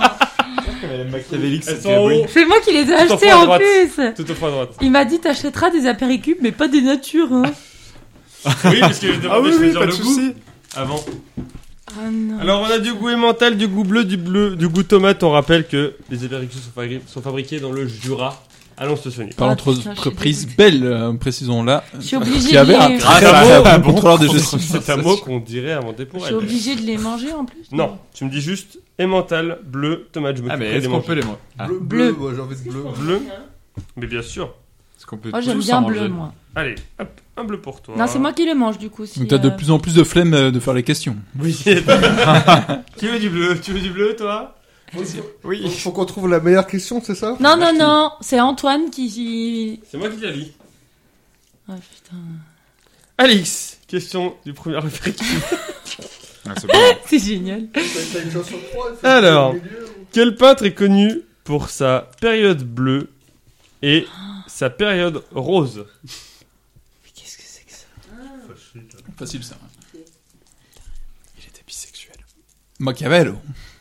C'est moi qui les ai achetés en plus. Tout au fond à droite. Il m'a dit t'achèteras des apéricubes mais pas des natures. Hein. Oui, parce que je demandais de choisir pas de le souci. goût avant. Oh non. Alors on a du goût emmental, du goût bleu, du goût tomate. On rappelle que les apéricubes sont fabriqués dans le Jura, à Lons-le-Saunier. Par l'entreprise Belle, précisons là. Je suis obligée qui avait un très bon contrôleur de gestion. C'est un mot qu'on dirait inventé pour Je elle. suis obligée de les manger en plus. Non, tu me dis juste emmental, bleu, tomate. Je me mais est-ce qu'on peut les manger? Bleu, moi j'ai envie de bleu. Bleu. Mais bien sûr. Est-ce qu'on peut Moi j'aime tous bien en bleu manger? moi. Allez, hop, un bleu pour toi. Non, c'est moi qui le mange du coup. Si, Donc t'as de plus en plus de flemme de faire les questions. Oui. Qui veut du bleu? Tu veux du bleu, toi? Oui. Faut qu'on trouve la meilleure question, c'est ça? Non, c'est Antoine qui... C'est moi qui l'ai dit. Oh putain... Alix, question du premier apéritif. C'est bon. C'est génial. Alors, quel peintre est connu pour sa période bleue et sa période rose? Mais qu'est-ce que c'est que ça? Facile ça. Il était bisexuel. Machiavello.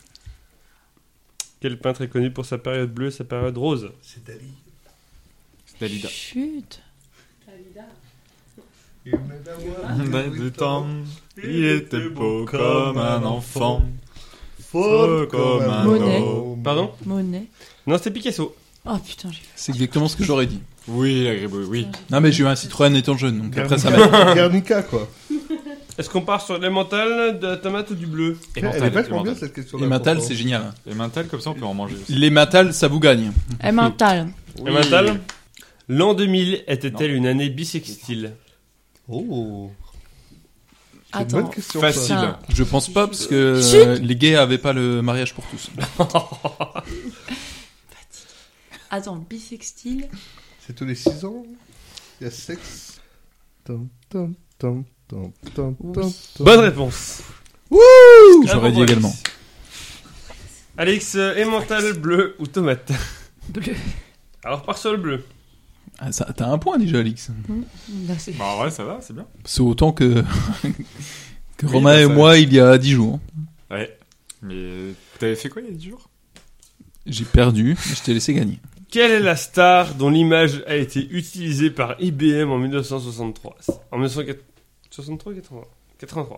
Quel peintre est connu pour sa période bleue et sa période rose? C'est Dali. C'est Dalida. Chut. Du temps, il était beau comme un enfant. Faux comme un Monet. homme. Pardon? Monet. Non, c'était Picasso. Oh putain, j'ai... C'est exactement ce que j'aurais dit. Oui, la gribouille, oui. Non mais j'ai eu un Citroën étant jeune, donc après ça va. Guernica, quoi. Est-ce qu'on part sur l'emmental, de la tomate ou du bleu? Et Elle est mental, vachement bien cette question. Les mentales, c'est génial. Et mental, comme ça on peut en manger aussi. Les mentales, ça vous gagne. Mental. Emmental. L'an 2000 était-elle une année bissextile? Oh. C'est une Attends. bonne question. Facile. ça. Je pense pas parce que Chut. les gays avaient pas le mariage pour tous. Attends, bisextile. C'est tous les 6 ans. Il y a sexe. Tom, tom, tom, tom, tom, Oui. tom, tom. Bonne réponse. J'aurais dit également. Alex, emmental, bleu ou tomate? Bleu. Alors, part sur le bleu. Ah, ça, t'as un point déjà, Alix. Là, c'est... Bah ouais, ça va, c'est bien. C'est autant que, que Oui, Romain bah, et ça- moi il y a 10 jours. Ouais. Mais t'avais fait quoi il y a 10 jours? J'ai perdu, mais je t'ai laissé gagner. Quelle est la star dont l'image a été utilisée par IBM en 1963 ? En 1963 ou 83 ?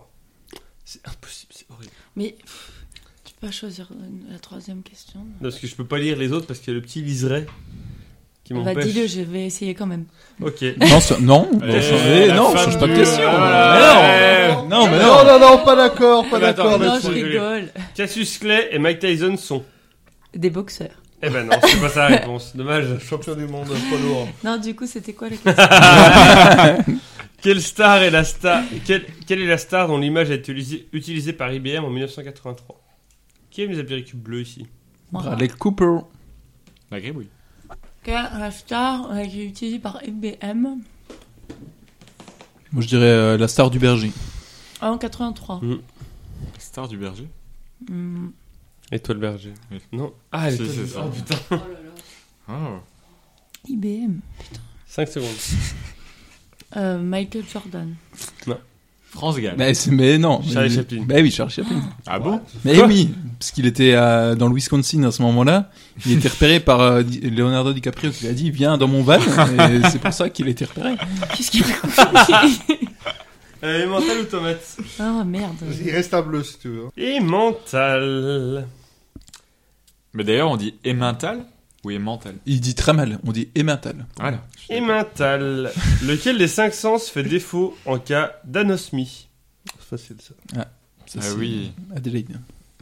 C'est impossible, c'est horrible. Mais tu peux pas choisir la troisième question. Non, parce que je peux pas lire les autres parce qu'il y a le petit liseré qui Bah m'empêche. dis-le, je vais essayer quand même. Ok. Non, change pas de question. Non, pas d'accord, pas d'accord. Non, là-dessus. je rigole. Cassius Clay et Mike Tyson sont. Des boxeurs. Eh ben non, c'est pas sa réponse. Dommage. Champion du monde, poids lourd. Non, du coup, c'était quoi la question? Quelle est la star dont l'image a été utilisée par IBM en 1983 ? Qui aime les apéricubes bleus ici ? Bradley Cooper. La gribouille. Quelle est la star a été utilisée par IBM Moi, je dirais la star du berger. en 83? Star du berger. Étoile Berger. Oui. Non. Ah, Si, l'étoile c'est Berger. ça. Oh putain. Oh là là. Oh. IBM. 5 secondes. Michael Jordan. France Gall. Mais non. Charlie Chaplin. Bah oui, Charlie Chaplin. Ah bon? Mais Quoi oui, parce qu'il était dans le Wisconsin à ce moment-là. Il était repéré par Leonardo DiCaprio qui lui a dit viens dans mon van. Et c'est pour ça qu'il a été repéré. Qu'est-ce qu'il raconte? Mental ou tomate ? Oh merde. Il reste un bleu si tu veux. Et mental. Mais d'ailleurs, on dit emmental ou emmental? Il dit très mal. On dit emmental. Voilà. Et mental. Lequel des 5 sens fait défaut en cas d'anosmie ? C'est facile ça. Ça, Ah c'est oui. Adélaïde.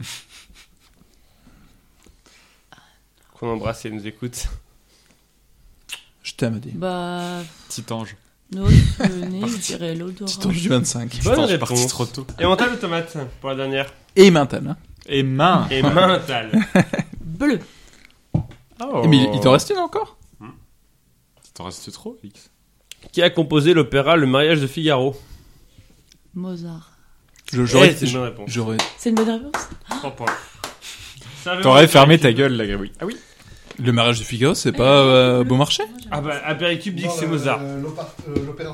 Qu'on embrasse et elle nous écoute. Je t'aime, Adé. Bah, Petit ange. non, le nez, je dirais l'odorat. Petit ange du 25. Bonne Putain, je suis parti réponse. trop tôt. Et mental ou tomate pour la dernière ? Et mental. Hein. Et main. Et mental. Bleu. Oh. Mais il t'en reste une encore? Il t'en reste trop, X. Qui a composé l'opéra Le Mariage de Figaro ? Mozart. C'est une bonne réponse. J'aurais. C'est une bonne réponse? 3 points. T'aurais fermé ta gueule, la gribouille. Ah oui. Le mariage de Figaro, c'est pas Beaumarchais? Ah bah, Apéricube dit que c'est Mozart. L'opéra.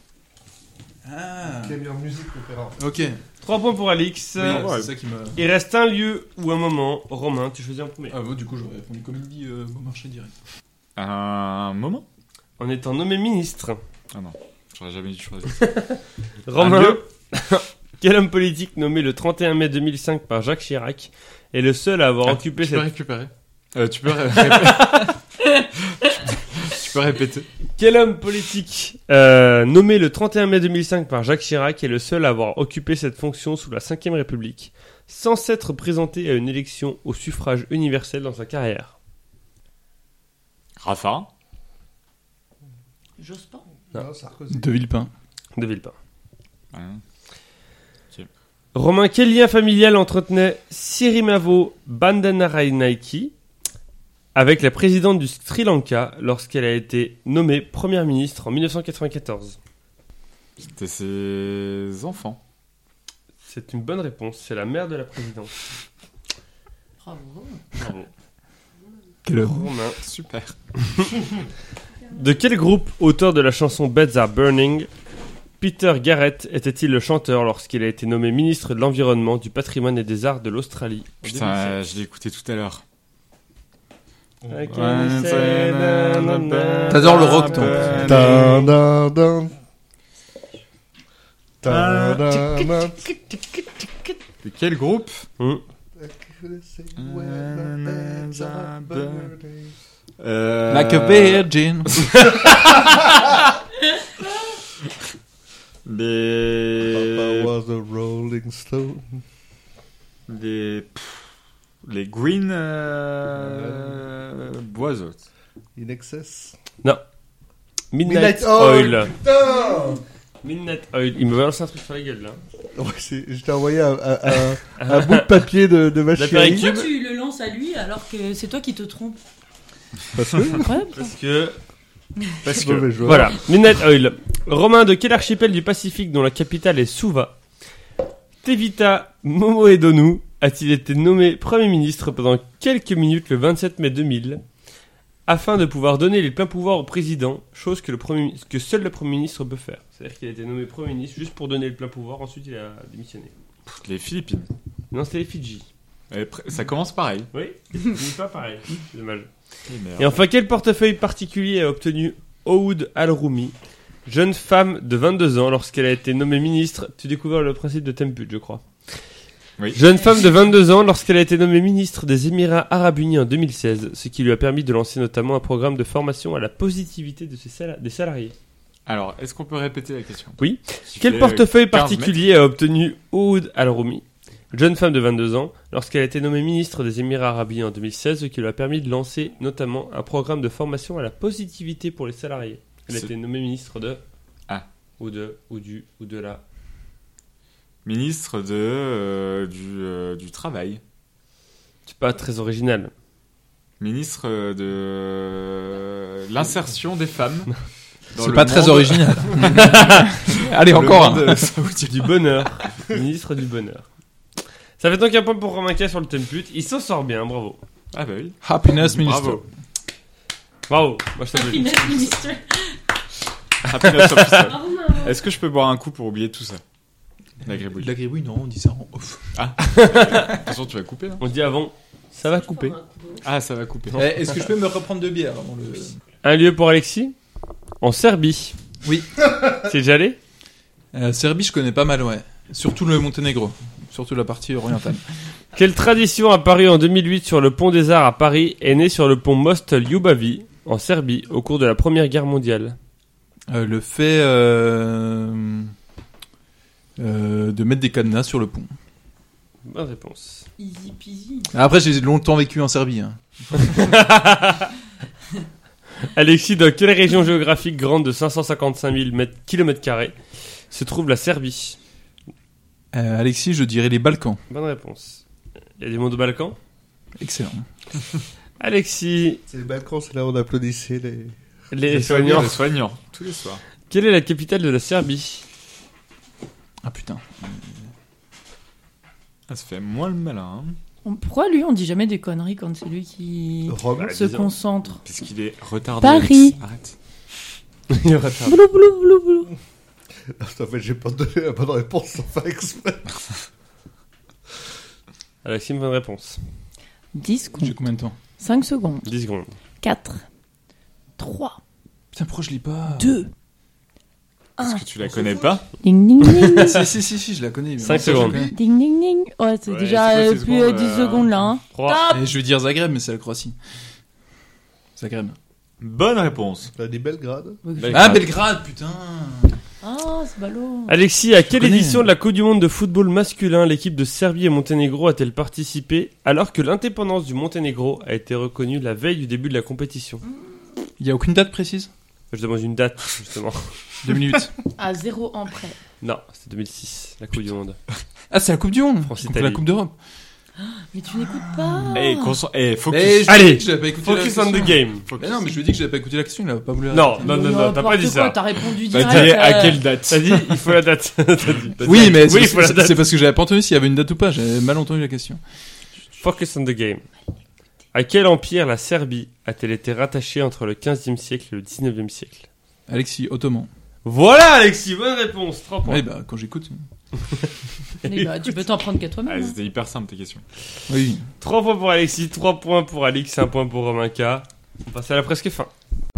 Ah. Qui a mis en musique l'opéra. Ok. 3 points pour Alix. C'est ça qui m'a. Il reste un lieu ou un moment. Romain, tu choisis en premier. Ah, moi, du coup, j'aurais répondu comédie Beaumarchais direct. Un moment? En étant nommé ministre. Ah non. J'aurais jamais dû choisir. Romain, lieu quel homme politique nommé le 31 mai 2005 par Jacques Chirac est le seul à avoir occupé Tu peux cette... récupérer. Tu peux tu peux répéter. Quel homme politique nommé le 31 mai 2005 par Jacques Chirac est le seul à avoir occupé cette fonction sous la Ve République, sans s'être présenté à une élection au suffrage universel dans sa carrière? Raffarin. J'ose pas. Non, Sarkozy. De Villepin. De Villepin. Hein. Romain, quel lien familial entretenait Sirimavo Bandaranaike avec la présidente du Sri Lanka lorsqu'elle a été nommée première ministre en 1994? C'était ses enfants. C'est une bonne réponse, c'est la mère de la présidente. Bravo. Bravo. Quelle heure? Romain. Super. De quel groupe, auteur de la chanson Beds Are Burning, Peter Garrett était-il le chanteur lorsqu'il a été nommé ministre de l'Environnement, du Patrimoine et des Arts de l'Australie? Putain, je l'ai écouté tout à l'heure. T'adores le rock, toi. Dun, dun, dun. Dun, dun, dun. De quel groupe? Like a virgin. Les... Papa was a rolling stone. Les Green Boiseaux. In excess. Midnight Midnight Oil. Oil. Putain. Midnight Oil. Il me balance un truc sur la gueule, là. Ouais, je t'ai envoyé un bout de papier de ma chérie. Pourquoi tu le lances à lui alors que c'est toi qui te trompes? Parce que Incroyable. Parce que... mauvais joueur. Voilà, Midnight Oil. Romain, de quel archipel du Pacifique dont la capitale est Suva, Tevita Momoedonu a-t-il été nommé Premier ministre pendant quelques minutes le 27 mai 2000 afin de pouvoir donner les pleins pouvoirs au président, chose que seul le Premier ministre peut faire. C'est-à-dire qu'il a été nommé Premier ministre juste pour donner le plein pouvoir, ensuite il a démissionné. Les Philippines. Non, c'était les Fidji. Ça commence pareil. Oui, c'est pas pareil. C'est dommage. Et enfin, quel portefeuille particulier a obtenu Oud Al-Roumi, jeune femme de 22 ans, lorsqu'elle a été nommée ministre? Tu découvres le principe de Temput, je crois. Oui. Jeune femme de 22 ans, lorsqu'elle a été nommée ministre des Émirats Arabes Unis en 2016, ce qui lui a permis de lancer notamment un programme de formation à la positivité des salariés. Alors, est-ce qu'on peut répéter la question? Oui. Quel portefeuille particulier a obtenu Oud Al-Roumi, jeune femme de 22 ans, lorsqu'elle a été nommée ministre des Émirats Arabes Unis en 2016, ce qui lui a permis de lancer notamment un programme de formation à la positivité pour les salariés? Elle a été nommée ministre de... Ou de la... Ministre du Travail. C'est pas très original. Ministre de l'insertion des femmes. C'est pas très original. Allez, encore un. Du bonheur. Ministre du bonheur. Ça fait donc un point pour Romain K sur le Temput. Il s'en sort bien, bravo. Ah bah oui. Happiness Minister. Bravo. Moi, je t'applaudis. Happiness Minister. Happiness Officer. Est-ce que je peux boire un coup pour oublier tout ça? La gribouille. La gribouille, non, on dit ça en off. Ah. De toute façon, tu vas couper là. On dit avant, ça va couper. Ah, ça va couper. Est-ce que je peux me reprendre 2 bières avant le... Un lieu pour Alexis? En Serbie. Oui. C'est déjà allé? Serbie, je connais pas mal, ouais. Surtout le Monténégro. Surtout la partie orientale. Quelle tradition apparue en 2008 sur le pont des Arts à Paris est née sur le pont Most Ljubavi en Serbie au cours de la Première Guerre mondiale? Le fait de mettre des cadenas sur le pont. Bonne réponse. Easy peasy. Après, j'ai longtemps vécu en Serbie. Hein. Alexis, dans quelle région géographique grande de 555 000 km² se trouve la Serbie? Alexis, je dirais les Balkans. Bonne réponse. Il y a des mondes aux Balkans? Excellent. Alexis. C'est les Balkans, c'est là où on applaudissait les soignants. Les soignants, tous les soirs. Quelle est la capitale de la Serbie? Ah putain. Ah, ça fait moins le malin. Hein. Pourquoi lui, on dit jamais des conneries quand c'est lui qui Rome. se concentre? Parce qu'il est retardé. Paris. Arrête. Il est retardé. Blou, blou, blou, blou. En fait, j'ai pas donné la bonne réponse sans faire exprès. Alexis, bonne réponse. 10 secondes. J'ai combien de temps? 5 secondes. 10 secondes. 4. 3. Putain, pourquoi je lis pas? 2. Parce que tu la connais pas? Ding, ding, ding. si, je la connais. 5 secondes. Ding, ding, ding. Ouais, c'est déjà c'est quoi, ces plus secondes, 10 secondes là. Hein. 3. Et je vais dire Zagreb, mais c'est la Croatie. Zagreb. Bonne réponse. T'as dit Belgrade. Ah, Belgrade, putain. Ah, c'est ballot. Alexis, à quelle connais. édition de la Coupe du Monde de football masculin l'équipe de Serbie et Monténégro a-t-elle participé alors que l'indépendance du Monténégro a été reconnue la veille du début de la compétition? Il y a aucune date précise? Je demande une date, justement. 2008. À 0 ans près. Non, c'était 2006, la Coupe du Monde. Ah, c'est la Coupe du Monde. France, Donc Italie. la Coupe d'Europe. Mais tu n'écoutes pas. Focus. Mais Allez, je l'avais pas écouté Focus la on the question. game. Mais non, mais je lui ai dit que j'avais pas écouté la question, il a pas voulu. Non, t'as pas dit ça. T'as répondu T'as direct. dit à quelle date? T'as dit, il faut la date. T'as dit. Oui, mais il faut la c'est date. c'est parce que j'avais pas entendu s'il y avait une date ou pas. J'avais mal entendu la question. Focus on the game. À quel empire la Serbie a-t-elle été rattachée entre le 15e siècle et le 19e siècle? Alexis, Ottoman. Voilà, Alexis, bonne réponse. 3 points. Oui, bah, quand j'écoute. Mais bah, tu peux t'en prendre qu'à toi-même. Ah, hein. c'était hyper simple tes questions. Oui. 3 points pour Alexis, 3 points pour Alix, 1 point pour Romain K. On passe à la presque fin.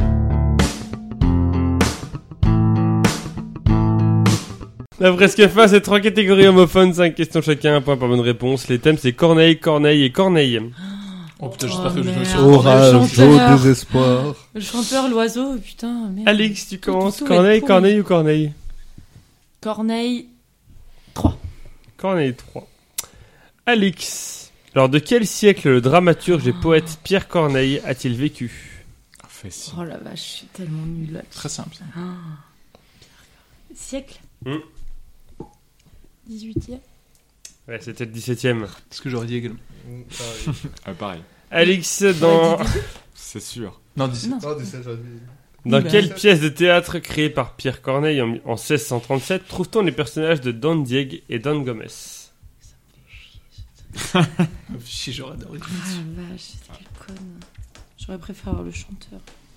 La presque fin, c'est 3 catégories homophones, 5 questions chacun, 1 point par bonne réponse. Les thèmes, c'est Corneille, Corneille et Corneille. Oh putain, Oh, j'espère que je me merde. suis. Orage, le au chanteur. désespoir. Le chanteur, l'oiseau, putain. Merde. Alix, tu commences. tout Corneille, est pourri. Corneille ou Corneille? Corneille. 3. Corneille 3. Alix, lors de quel siècle le dramaturge et poète Pierre Corneille a-t-il vécu? Facile. Oh la vache, je suis tellement nulle. Très simple. Ah. Siècle. 18e. Ouais, c'était le 17ème. Ce que j'aurais dit également. Pareil. Alix, dans... C'est sûr. Non, 17. Non. Non, 17, j'aurais dit. Dans Bah. quelle pièce de théâtre créée par Pierre Corneille en 1637 trouve-t-on les personnages de Don Diego et Don Gomez? Si, j'aurais adoré. Ah la vache, c'est quelle conne. J'aurais préféré avoir le chanteur.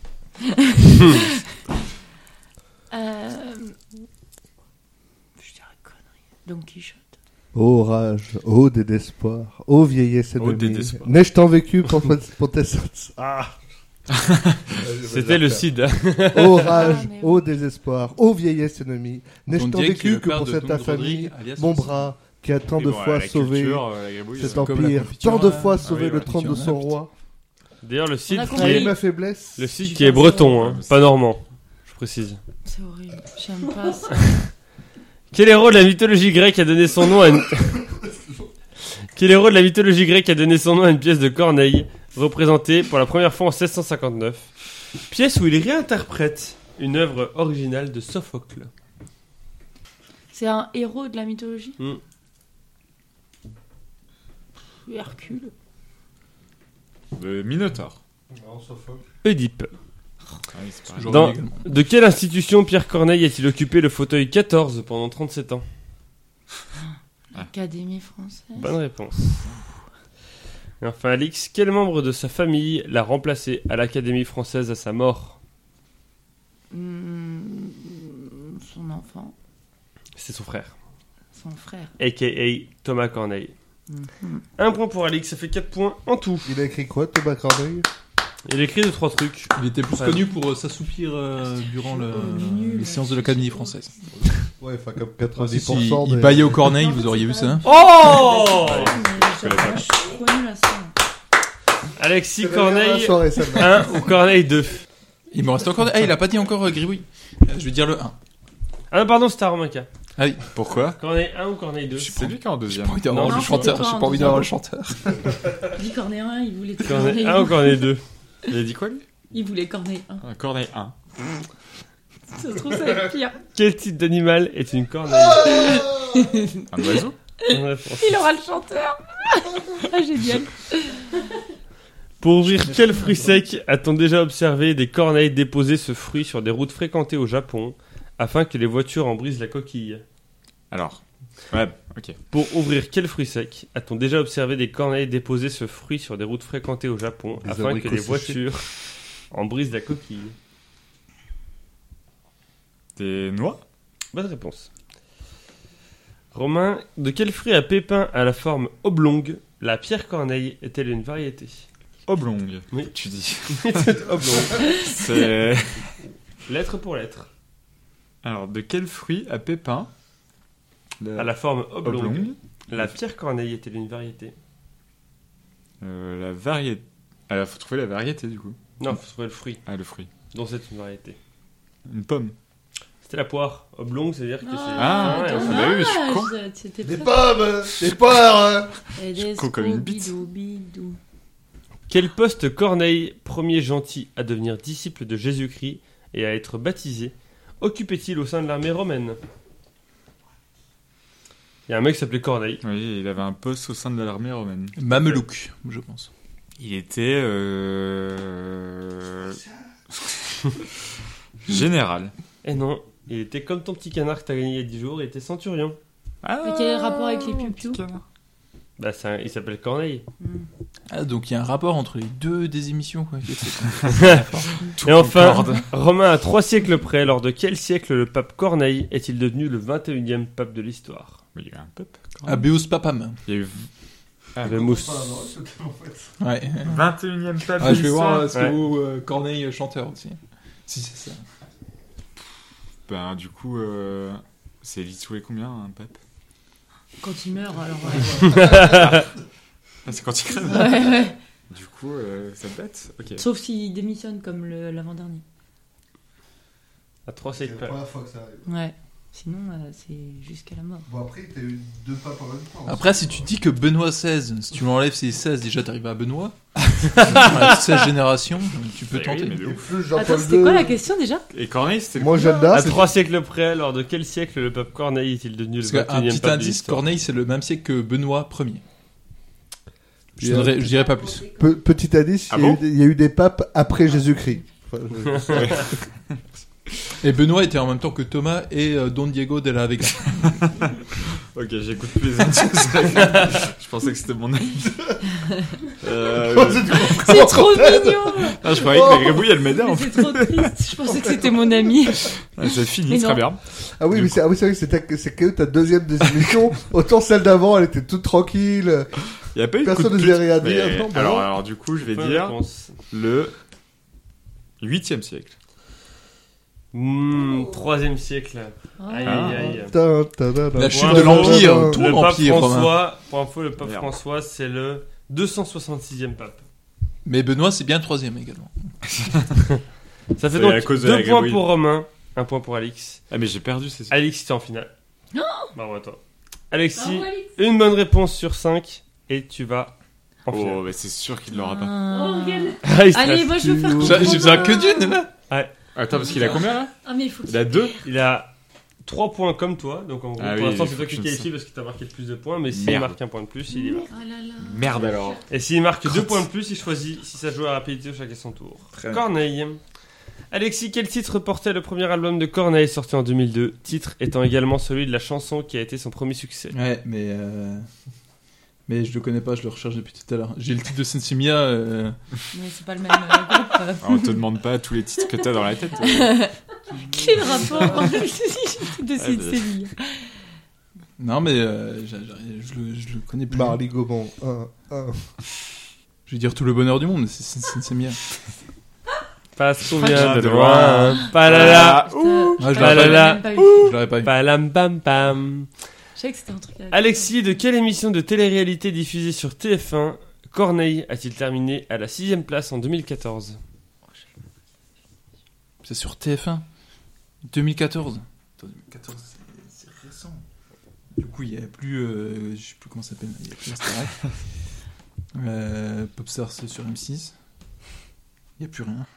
Je dirais connerie. Don Quichotte. Ô rage, ô désespoir, ô vieillesse Ô ennemie. désespoir. N'ai-je tant vécu pour tes sortes? Ah, C'était le sida. Ô rage, ô désespoir, ô vieillesse ennemie, n'ai-je tant vécu que pour cette infamie, mon bras qui a tant de fois sauvé cet empire, tant de fois sauvé le trône de son roi. D'ailleurs, le Cid On a qui est, ma faiblesse. le Cid qui est breton, hein, pas normand. Je précise. C'est horrible. J'aime pas ça. Quel héros de la mythologie grecque a donné son nom à une... Quel héros de la mythologie grecque a donné son nom à une pièce de Corneille, représentée pour la première fois en 1659? Pièce où il réinterprète une œuvre originale de Sophocle. C'est un héros de la mythologie. Hercule. Le Minotaure. Oedipe. Oui, c'est pareil. J'aurais Dans- dit également. De quelle institution Pierre Corneille a-t-il occupé le fauteuil 14 pendant 37 ans? Académie française. Bonne réponse. Et enfin, Alix, quel membre de sa famille l'a remplacé à l'Académie française à sa mort? Son enfant. C'est son frère, Son frère. a.k.a. Thomas Corneille. Mhm. Un point pour Alix, ça fait 4 points en tout. Il a écrit quoi, Thomas Corneille? Il a écrit 2-3 trucs. Il était plus Ouais. connu pour s'assoupir durant les séances de l'Académie française. Ouais, enfin comme Si, 90% il baillait au Corneille, vous auriez vu ça. Oh Je suis trop nulle à ça. Alexis Corneille Soirée, celle-là. 1 ou Corneille 2? Il me reste encore... Ah, il a pas dit encore Gribouille. Je vais dire le 1. Ah non, pardon, c'était Romainca. Ah oui. Pourquoi? Corneille 1 ou Corneille 2? C'est lui qui est en deuxième. J'ai pas envie d'avoir Non, le c'est chanteur. toi, J'ai en pas envie d'avoir le chanteur. Dit Corneille 1, il voulait Corneille 1 ou Corneille 2? Il a dit quoi lui? Il voulait Corneille 1. Ah, Corneille 1. Ça se trouve, ça va être pire. Quel type d'animal est une corneille? Un oiseau? Bonne réponse. Il aura le chanteur. Ah, génial. Pour ouvrir quel fruit sec a-t-on déjà observé des corneilles déposer ce fruit sur des routes fréquentées au Japon afin que les voitures en brisent la coquille? Alors. Ouais, ok. Pour ouvrir quel fruit sec a-t-on déjà observé des corneilles déposer ce fruit sur des routes fréquentées au Japon Des afin que abricots les séchés. voitures en brisent la coquille? Des noix? Bonne réponse. Romain, de quel fruit à pépins à la forme oblongue la pierre corneille est-elle une variété? Oblongue. Oui. Tu dis. Oblongue. C'est. Lettre pour lettre. Alors, de quel fruit à pépins À la forme oblongue, oblongue? la pierre corneille est-elle une variété? La variété. Alors, faut trouver la variété du coup. Non, faut trouver le fruit Ah, le fruit. dont c'est une variété. Une pomme. C'était la poire. Oblongue, c'est-à-dire que c'est... Ah, ouais, attends, ouais. bah oui, mais je suis con. C'était Des très- pommes, des poires. Et des con comme une bite. scooby-doo. Quel poste Corneille, premier gentil à devenir disciple de Jésus-Christ et à être baptisé, occupait-il au sein de l'armée romaine? Il y a un mec qui s'appelait Corneille. Oui, il avait un poste au sein de l'armée romaine. Mamelouk, je pense. Il était. Général. Eh non, il était comme ton petit canard que t'as gagné il y a 10 jours, il était centurion. Ah, Mais quel est le rapport avec les piou-piou petit canard. Bah, il s'appelle Corneille. Ah, donc il y a un rapport entre les deux des émissions, quoi. Tout Et enfin, concorde. Romain à 3 siècles près, lors de quel siècle le pape Corneille est-il devenu le 21e pape de l'histoire? Mais il y a eu un peuple. quand Ah, même. Beus Papam. Il y a eu Vemous. Ouais. 21e pape. Ah, je vais voir ce Ouais. que vaut Corneille chanteur aussi. Si c'est ça. Ben, du coup, c'est tous les combien un pape? Quand il meurt, alors. Ouais, Ah, c'est quand il crève. ouais. Du coup, ça date. Ok. Sauf s'il démissionne comme l'avant-dernier. À 3 C'est siècles la près. première fois que ça arrive. Ouais. Sinon, c'est jusqu'à la mort. Bon, après, t'as eu 2 papes en même temps. Après, si tu dis que Benoît XVI, si tu l'enlèves ces 16, déjà t'arrives à Benoît. 16 générations, tu peux Eh oui, tenter. mais de Et ouf. plus Attends, Jean-Paul c'était II. quoi la question déjà? Et Corneille, c'était le Moi, combien Jeanne À d'Arc. 3 siècles près, lors de quel siècle le pape Corneille est-il devenu le Parce qu'un 21e petit pape de indice, l'histoire? Corneille, c'est le même siècle que Benoît Ier. Je dirais pas plus. Petit indice, Ah il y a bon eu- il y a eu des papes après Jésus-Christ. Enfin, Et Benoît était en même temps que Thomas et Don Diego de la Vega. Ok, j'écoute plus les indices. Je pensais que c'était mon ami. C'est trop mignon! Ah, je croyais que la gribouille, elle m'aidait en Mais fait. c'est trop triste. Je pensais que c'était mon ami. Ah, j'ai fini, Mais très non. bien. Ah oui, Du mais c'est vrai que c'est que ta deuxième des émissions. Autant celle d'avant, elle était toute tranquille. Il n'y a pas eu de Personne coup de nous pute. a rien dit. Mais- Non, bah alors, non. alors, du coup, je vais Bonne dire réponse. le 8e siècle. 3e siècle. Aïe, aïe, aïe. La chute de l'Empire, tout Le pape l'Empire romain. François, pour info, le pape François, c'est le 266e pape. Mais Benoît, c'est bien le 3e également. Ça fait C'est donc à cause de 2 la points gribouille. pour Romain, 1 point pour Alix. Ah, mais j'ai perdu, c'est sûr. Alix, tu es en finale. Non. Bravo à toi. Alexis, Bravo, Alix. une bonne réponse sur 5 et tu vas en finale. Oh, bah c'est sûr qu'il l'aura pas. Ah, il stresse. Allez, moi je veux faire comme J'ai besoin Romain. que d'une, là. Attends, parce qu'il a combien là? Ah, mais il faut Il a 2. Il a 3 points comme toi, donc en gros, Ah pour oui, l'instant, il c'est faut toi que qui je qualifie me parce que tu as marqué le plus de points, mais s'il Merde. marque un point de plus, il y va. Oh là là. Merde alors. Et s'il marque 2 points de plus, il choisit si ça joue à la rapidité ou chacun son tour. Très bien. Corneille. Alexis, quel titre portait le premier album de Corneille sorti en 2002? Titre étant également celui de la chanson qui a été son premier succès. Ouais, mais je le connais pas, je le recherche depuis tout à l'heure. J'ai le titre de Sensimia. Mais c'est pas le même groupe. Alors, on te demande pas tous les titres que t'as dans la tête. Quel rapport de cette série? Non, mais je le connais plus. Marley Gaumont. Je vais dire tout le bonheur du monde, mais c'est Sensimia. Passe crois combien que de je- loin. Palala. Ah, je Bah l'aurais là pas là. eu. Je l'aurais pas eu. Palam pam pam. Je savais que c'était un truc. Alexis, de quelle émission de télé-réalité diffusée sur TF1 Corneille a-t-il terminé à la 6ème place en 2014? C'est sur TF1. 2014. Attends, 2014, c'est récent. Du coup, il n'y a plus. Je sais plus comment ça s'appelle. Il n'y a plus Starac. Popstars, c'est sur M6. Il n'y a plus rien.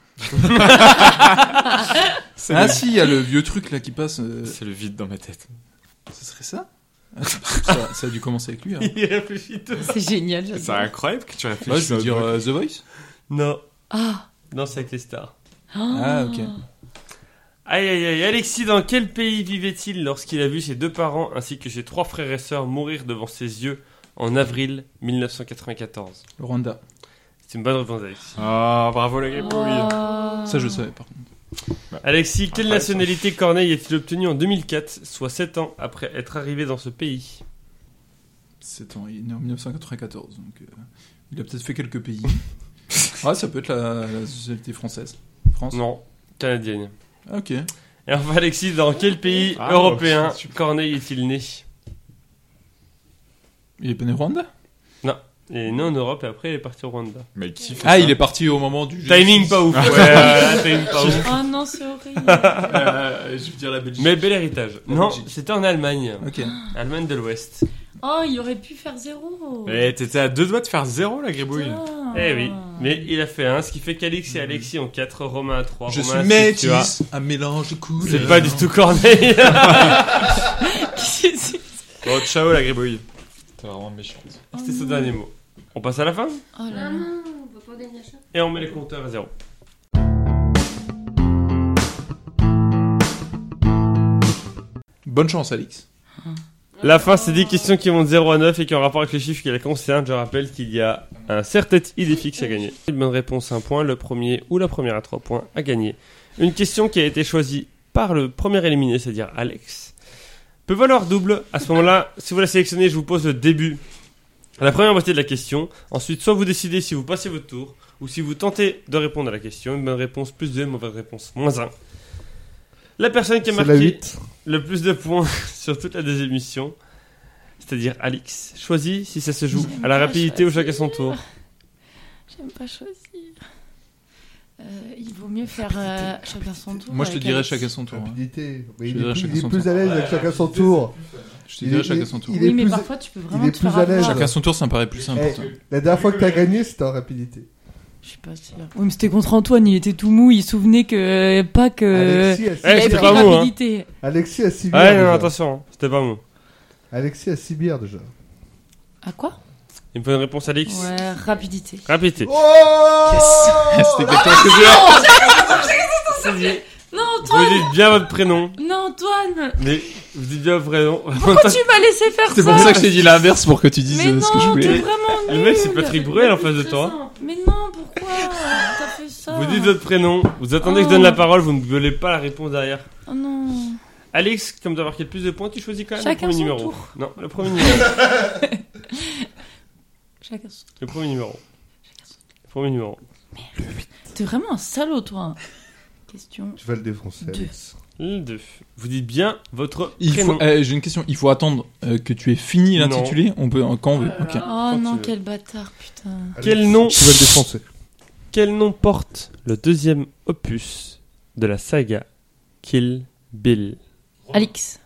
Ah si, il y a le vieux truc là qui passe. C'est le vide dans ma tête. Ce serait ça, ça a dû commencer avec lui. Hein. Il réfléchit tout. C'est génial, C'est j'adore. incroyable que tu Ouais, réfléchisses. je veux dire The Voice. Non. Ah. Non, c'est avec les stars. Ah, ok. Aïe aïe aïe, Alexis, dans quel pays vivait-il lorsqu'il a vu ses 2 parents ainsi que ses 3 frères et sœurs mourir devant ses yeux en avril 1994? Le Rwanda. C'est une bonne réponse, Alexis. Ah, bravo la gribouille. Oh. Ça, je savais par contre. Alexis, quelle Après, nationalité Corneille a-t-il obtenu en 2004, soit 7 ans après être arrivé dans ce pays? 7 ans, il est né en 1994, donc il a peut-être fait quelques pays. Ah, ça peut être la nationalité française. France. Non, canadienne. Ah, ok. Et enfin, Alexis, dans quel pays Ah, européen super. Corneille est-il né? Il est pas né au Rwanda. Il est né en Europe et après il est parti au Rwanda. Mais qui fait Ah, ça? il est parti au moment du. Timing pas ouf. Ouais, timing pas ouf. Oh non, c'est horrible. Je veux dire la Belgique. Mais bel héritage. La Non, Belgique. c'était en Allemagne. Ok. Allemagne de l'Ouest. Oh, il aurait pu faire 0. Mais t'étais à 2 doigts de faire 0 la gribouille. Eh oui, mais il a fait 1, ce qui fait qu'Alix et Alexis ont 4, Romain à 3. Je Romain, suis si tu as- métis, un mélange de couleurs. C'est pas du tout Corneille. Bon, ciao la gribouille. T'es vraiment méchante. C'était ce dernier mot. On passe à la fin Oh là là. on va pas gagner ça. et on met les compteurs à 0. Bonne chance, Alix. La fin, c'est 10 questions qui vont de 0 à 9 et qui ont un rapport avec les chiffres qui les concernent. Je rappelle qu'il y a un certain idée fixe à gagner. Une bonne réponse, 1 point. Le premier ou la première à 3 points à gagner. Une question qui a été choisie par le premier éliminé, c'est-à-dire Alex, peut valoir double. À ce moment-là, si vous la sélectionnez, je vous pose le début, la première moitié de la question. Ensuite, soit vous décidez si vous passez votre tour ou si vous tentez de répondre à la question. Une bonne réponse plus 2, une mauvaise réponse moins 1. La personne qui a C'est la marqué 8. le plus de points sur toute la deuxième émission, c'est-à-dire Alix, choisit si ça se joue à la rapidité ou chacun son tour. J'aime pas choisir. Il vaut mieux faire chacun son tour. Moi, je te avec dirais Alex. chacun son tour. Hein. Rapidité. Mais Je il dirais est plus, chacun il est son plus tour. à l'aise avec chacun son tour. Je te dirais chacun son tour. il est Oui, mais plus- parfois tu peux vraiment il est te faire plus à l'aise. avoir. Chacun son tour, ça me paraît plus simple. Eh, la dernière fois que t'as gagné, c'était en rapidité. Je suis pas sûre. Oui, mais c'était contre Antoine, il était tout mou, il se souvenait que pas que. Alexis a Il six Eh, avait c'était bières. pris pas mou, hein. rapidité. Alexis a 6 bières. Ouais, non, déjà. attention, hein, c'était pas moi. Alexis a 6 bières déjà. À quoi? Une bonne réponse, Alix. Ouais, rapidité. Rapidité. Oh C'était exactement ce que je voulais dire. Non, Vous Antoine! dites bien votre prénom, Non, Antoine! mais vous dites bien votre prénom. Pourquoi tu m'as laissé faire ça? C'est pour ça que je t'ai dit l'inverse pour que tu dises Mais ce que je non, t'es voulais. vraiment Le nul! mec, c'est Patrick Bruel en face de toi. Mais non, pourquoi t'as fait ça? Vous dites votre prénom, vous attendez que je donne la parole, vous ne gueulez pas la réponse derrière. Oh non. Alix, comme tu as marqué le plus de points, tu choisis quand même Chacun le premier son numéro. tour. Non, le premier numéro. Chacun son Le premier numéro. Le premier numéro. Merde. T'es vraiment un salaud, toi. Question. Tu vas le défoncer, Alex. Le 2. Vous dites bien votre prénom. J'ai une question. Il faut attendre que tu aies fini l'intitulé. On peut quand on veut. Ok. Oh non, quel bâtard, putain. Alex, Quel nom tu vas le défoncer. Quel nom porte le deuxième opus de la saga Kill Bill? Alex.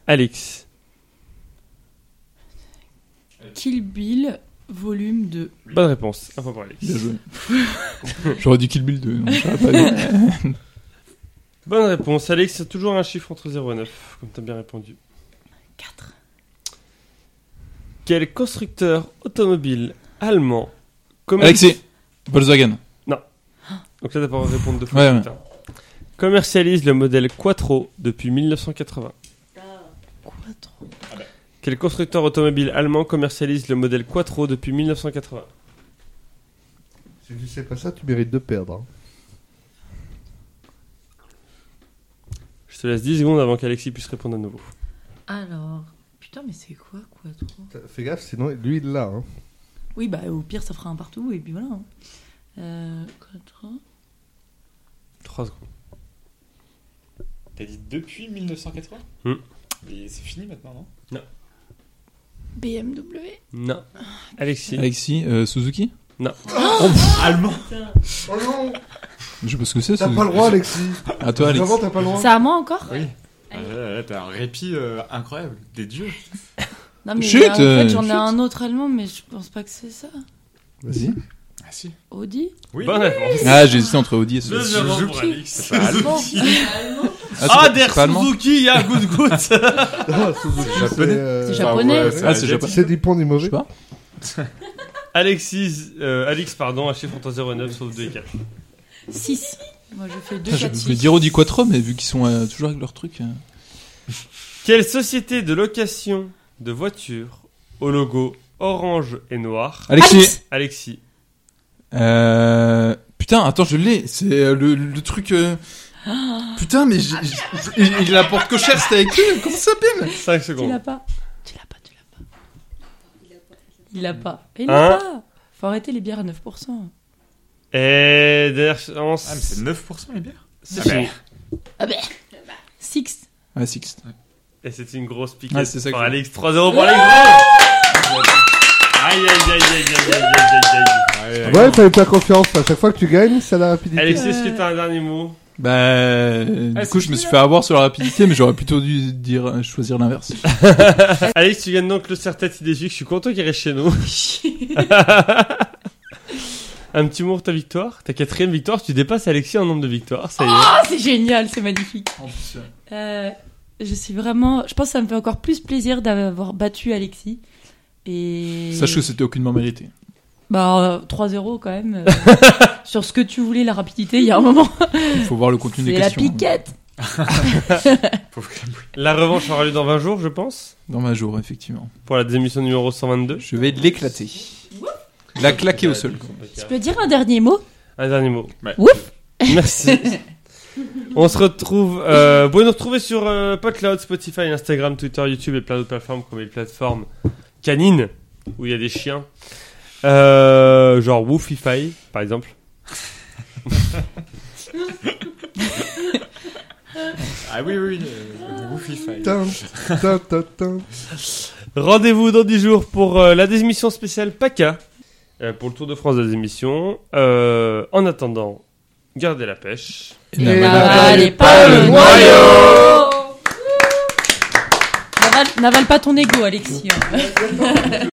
Kill Bill, volume 2. Bonne réponse. Un point pour Alex. Bien joué. J'aurais dit Kill Bill 2. Non, j'aurais pas dit. Bonne réponse. Alex, c'est toujours un chiffre entre 0 et 9, comme tu as bien répondu. 4. Quel constructeur automobile allemand Alexis, Volkswagen. Donc là, t'as pas à répondre deux fois. Ouais. Commercialise le modèle Quattro depuis 1980. Quattro. Quel constructeur automobile allemand commercialise le modèle Quattro depuis 1980? Si tu sais pas ça, tu mérites de perdre. Hein. Je te laisse 10 secondes avant qu'Alexis puisse répondre à nouveau. Alors, putain, mais c'est quoi Quattro? Fais gaffe, sinon lui il l'a. Hein. Oui, bah au pire, ça fera un partout, et puis voilà. Quattro. 3 secondes. T'as dit depuis 1980 Et c'est fini maintenant, non? BMW. Non. Alexis. Suzuki. Non. Allemand. Oh non. Je sais pas ce que c'est. T'as pas le droit, Alexis. À toi, Alex. Vraiment, t'as pas le droit. C'est à moi encore? Oui. T'as un répit incroyable, des dieux. Non, mais Chut, en fait, j'en ai chut. un autre allemand, mais je pense pas que c'est ça. Vas-y. Ah si. Audi? Oui. Bonne réponse. Ah, j'ai hésité entre Audi et Suzuki. Deuxièmement pour Alex. C'est pas allemand. Ah, der c'est pas allemand. Suzuki, ya, good. Non, Suzuki, japonais. C'est japonais. C'est japonais. C'est du pont du Je mauvais. sais pas. Alex, un chiffre entre 0 et 9, sauf 2 et 4. 6. Moi, je fais 2, Je 4, 6. vais dire Audi Quattro, mais vu qu'ils sont toujours avec leur truc. Quelle société de location de voitures au logo orange et noir? Alexis. Putain, attends, je l'ai. C'est le truc. Putain, mais il apporte que cher, c'était avec lui. Comment ça s'appelle? 5 Tu secondes. l'as pas. Il l'a pas. Il Hein l'a pas. Faut arrêter les bières à 9%. Et derrière chance. Ah, mais c'est 9% les bières? C'est fini. Ah ben. Six. Ouais, Six. Et c'est une grosse piquette Ouais, c'est ça pour que- Alex. 3-0 pour Alex. Aïe. Ouais, fallait faire confiance. À chaque fois que tu gagnes, c'est la rapidité. Alexis, est-ce que t'as un dernier mot? Du coup, je me suis fait avoir sur la rapidité, mais j'aurais plutôt dû choisir l'inverse. Alex, tu gagnes donc le serre-tête idéologique. Je suis content qu'il reste chez nous. Un petit mot pour ta victoire. Ta 4e victoire, tu dépasses Alexis en nombre de victoires. Ça y est. Ah, c'est génial, c'est magnifique. En plus, Je suis vraiment. Je pense que ça me fait encore plus plaisir d'avoir battu Alexis. Et. sache que c'était aucunement mérité. Bah, 3-0 quand même. Sur ce que tu voulais, la rapidité, il y a un moment. Il faut voir le contenu des C'est la questions. piquette. La revanche aura lieu dans 20 jours, je pense. Dans ma jour, effectivement. Pour la émission numéro 122. Je vais l'éclater. La claquer au sol. Je peux dire un dernier mot? Un dernier mot. Ouais. Ouf. Merci. On se retrouve. Vous pouvez nous retrouver sur PodCloud, Spotify, Instagram, Twitter, YouTube et plein d'autres plateformes comme les plateformes canines où il y a des chiens. Genre Woofify, par exemple. Ah oui, Woofify. Tin. Rendez-vous dans 10 jours pour la désémission spéciale PACA. Pour le Tour de France des émissions. En attendant, gardez la pêche. N'avale pas le noyau. N'avale pas ton ego, Alexis. hein.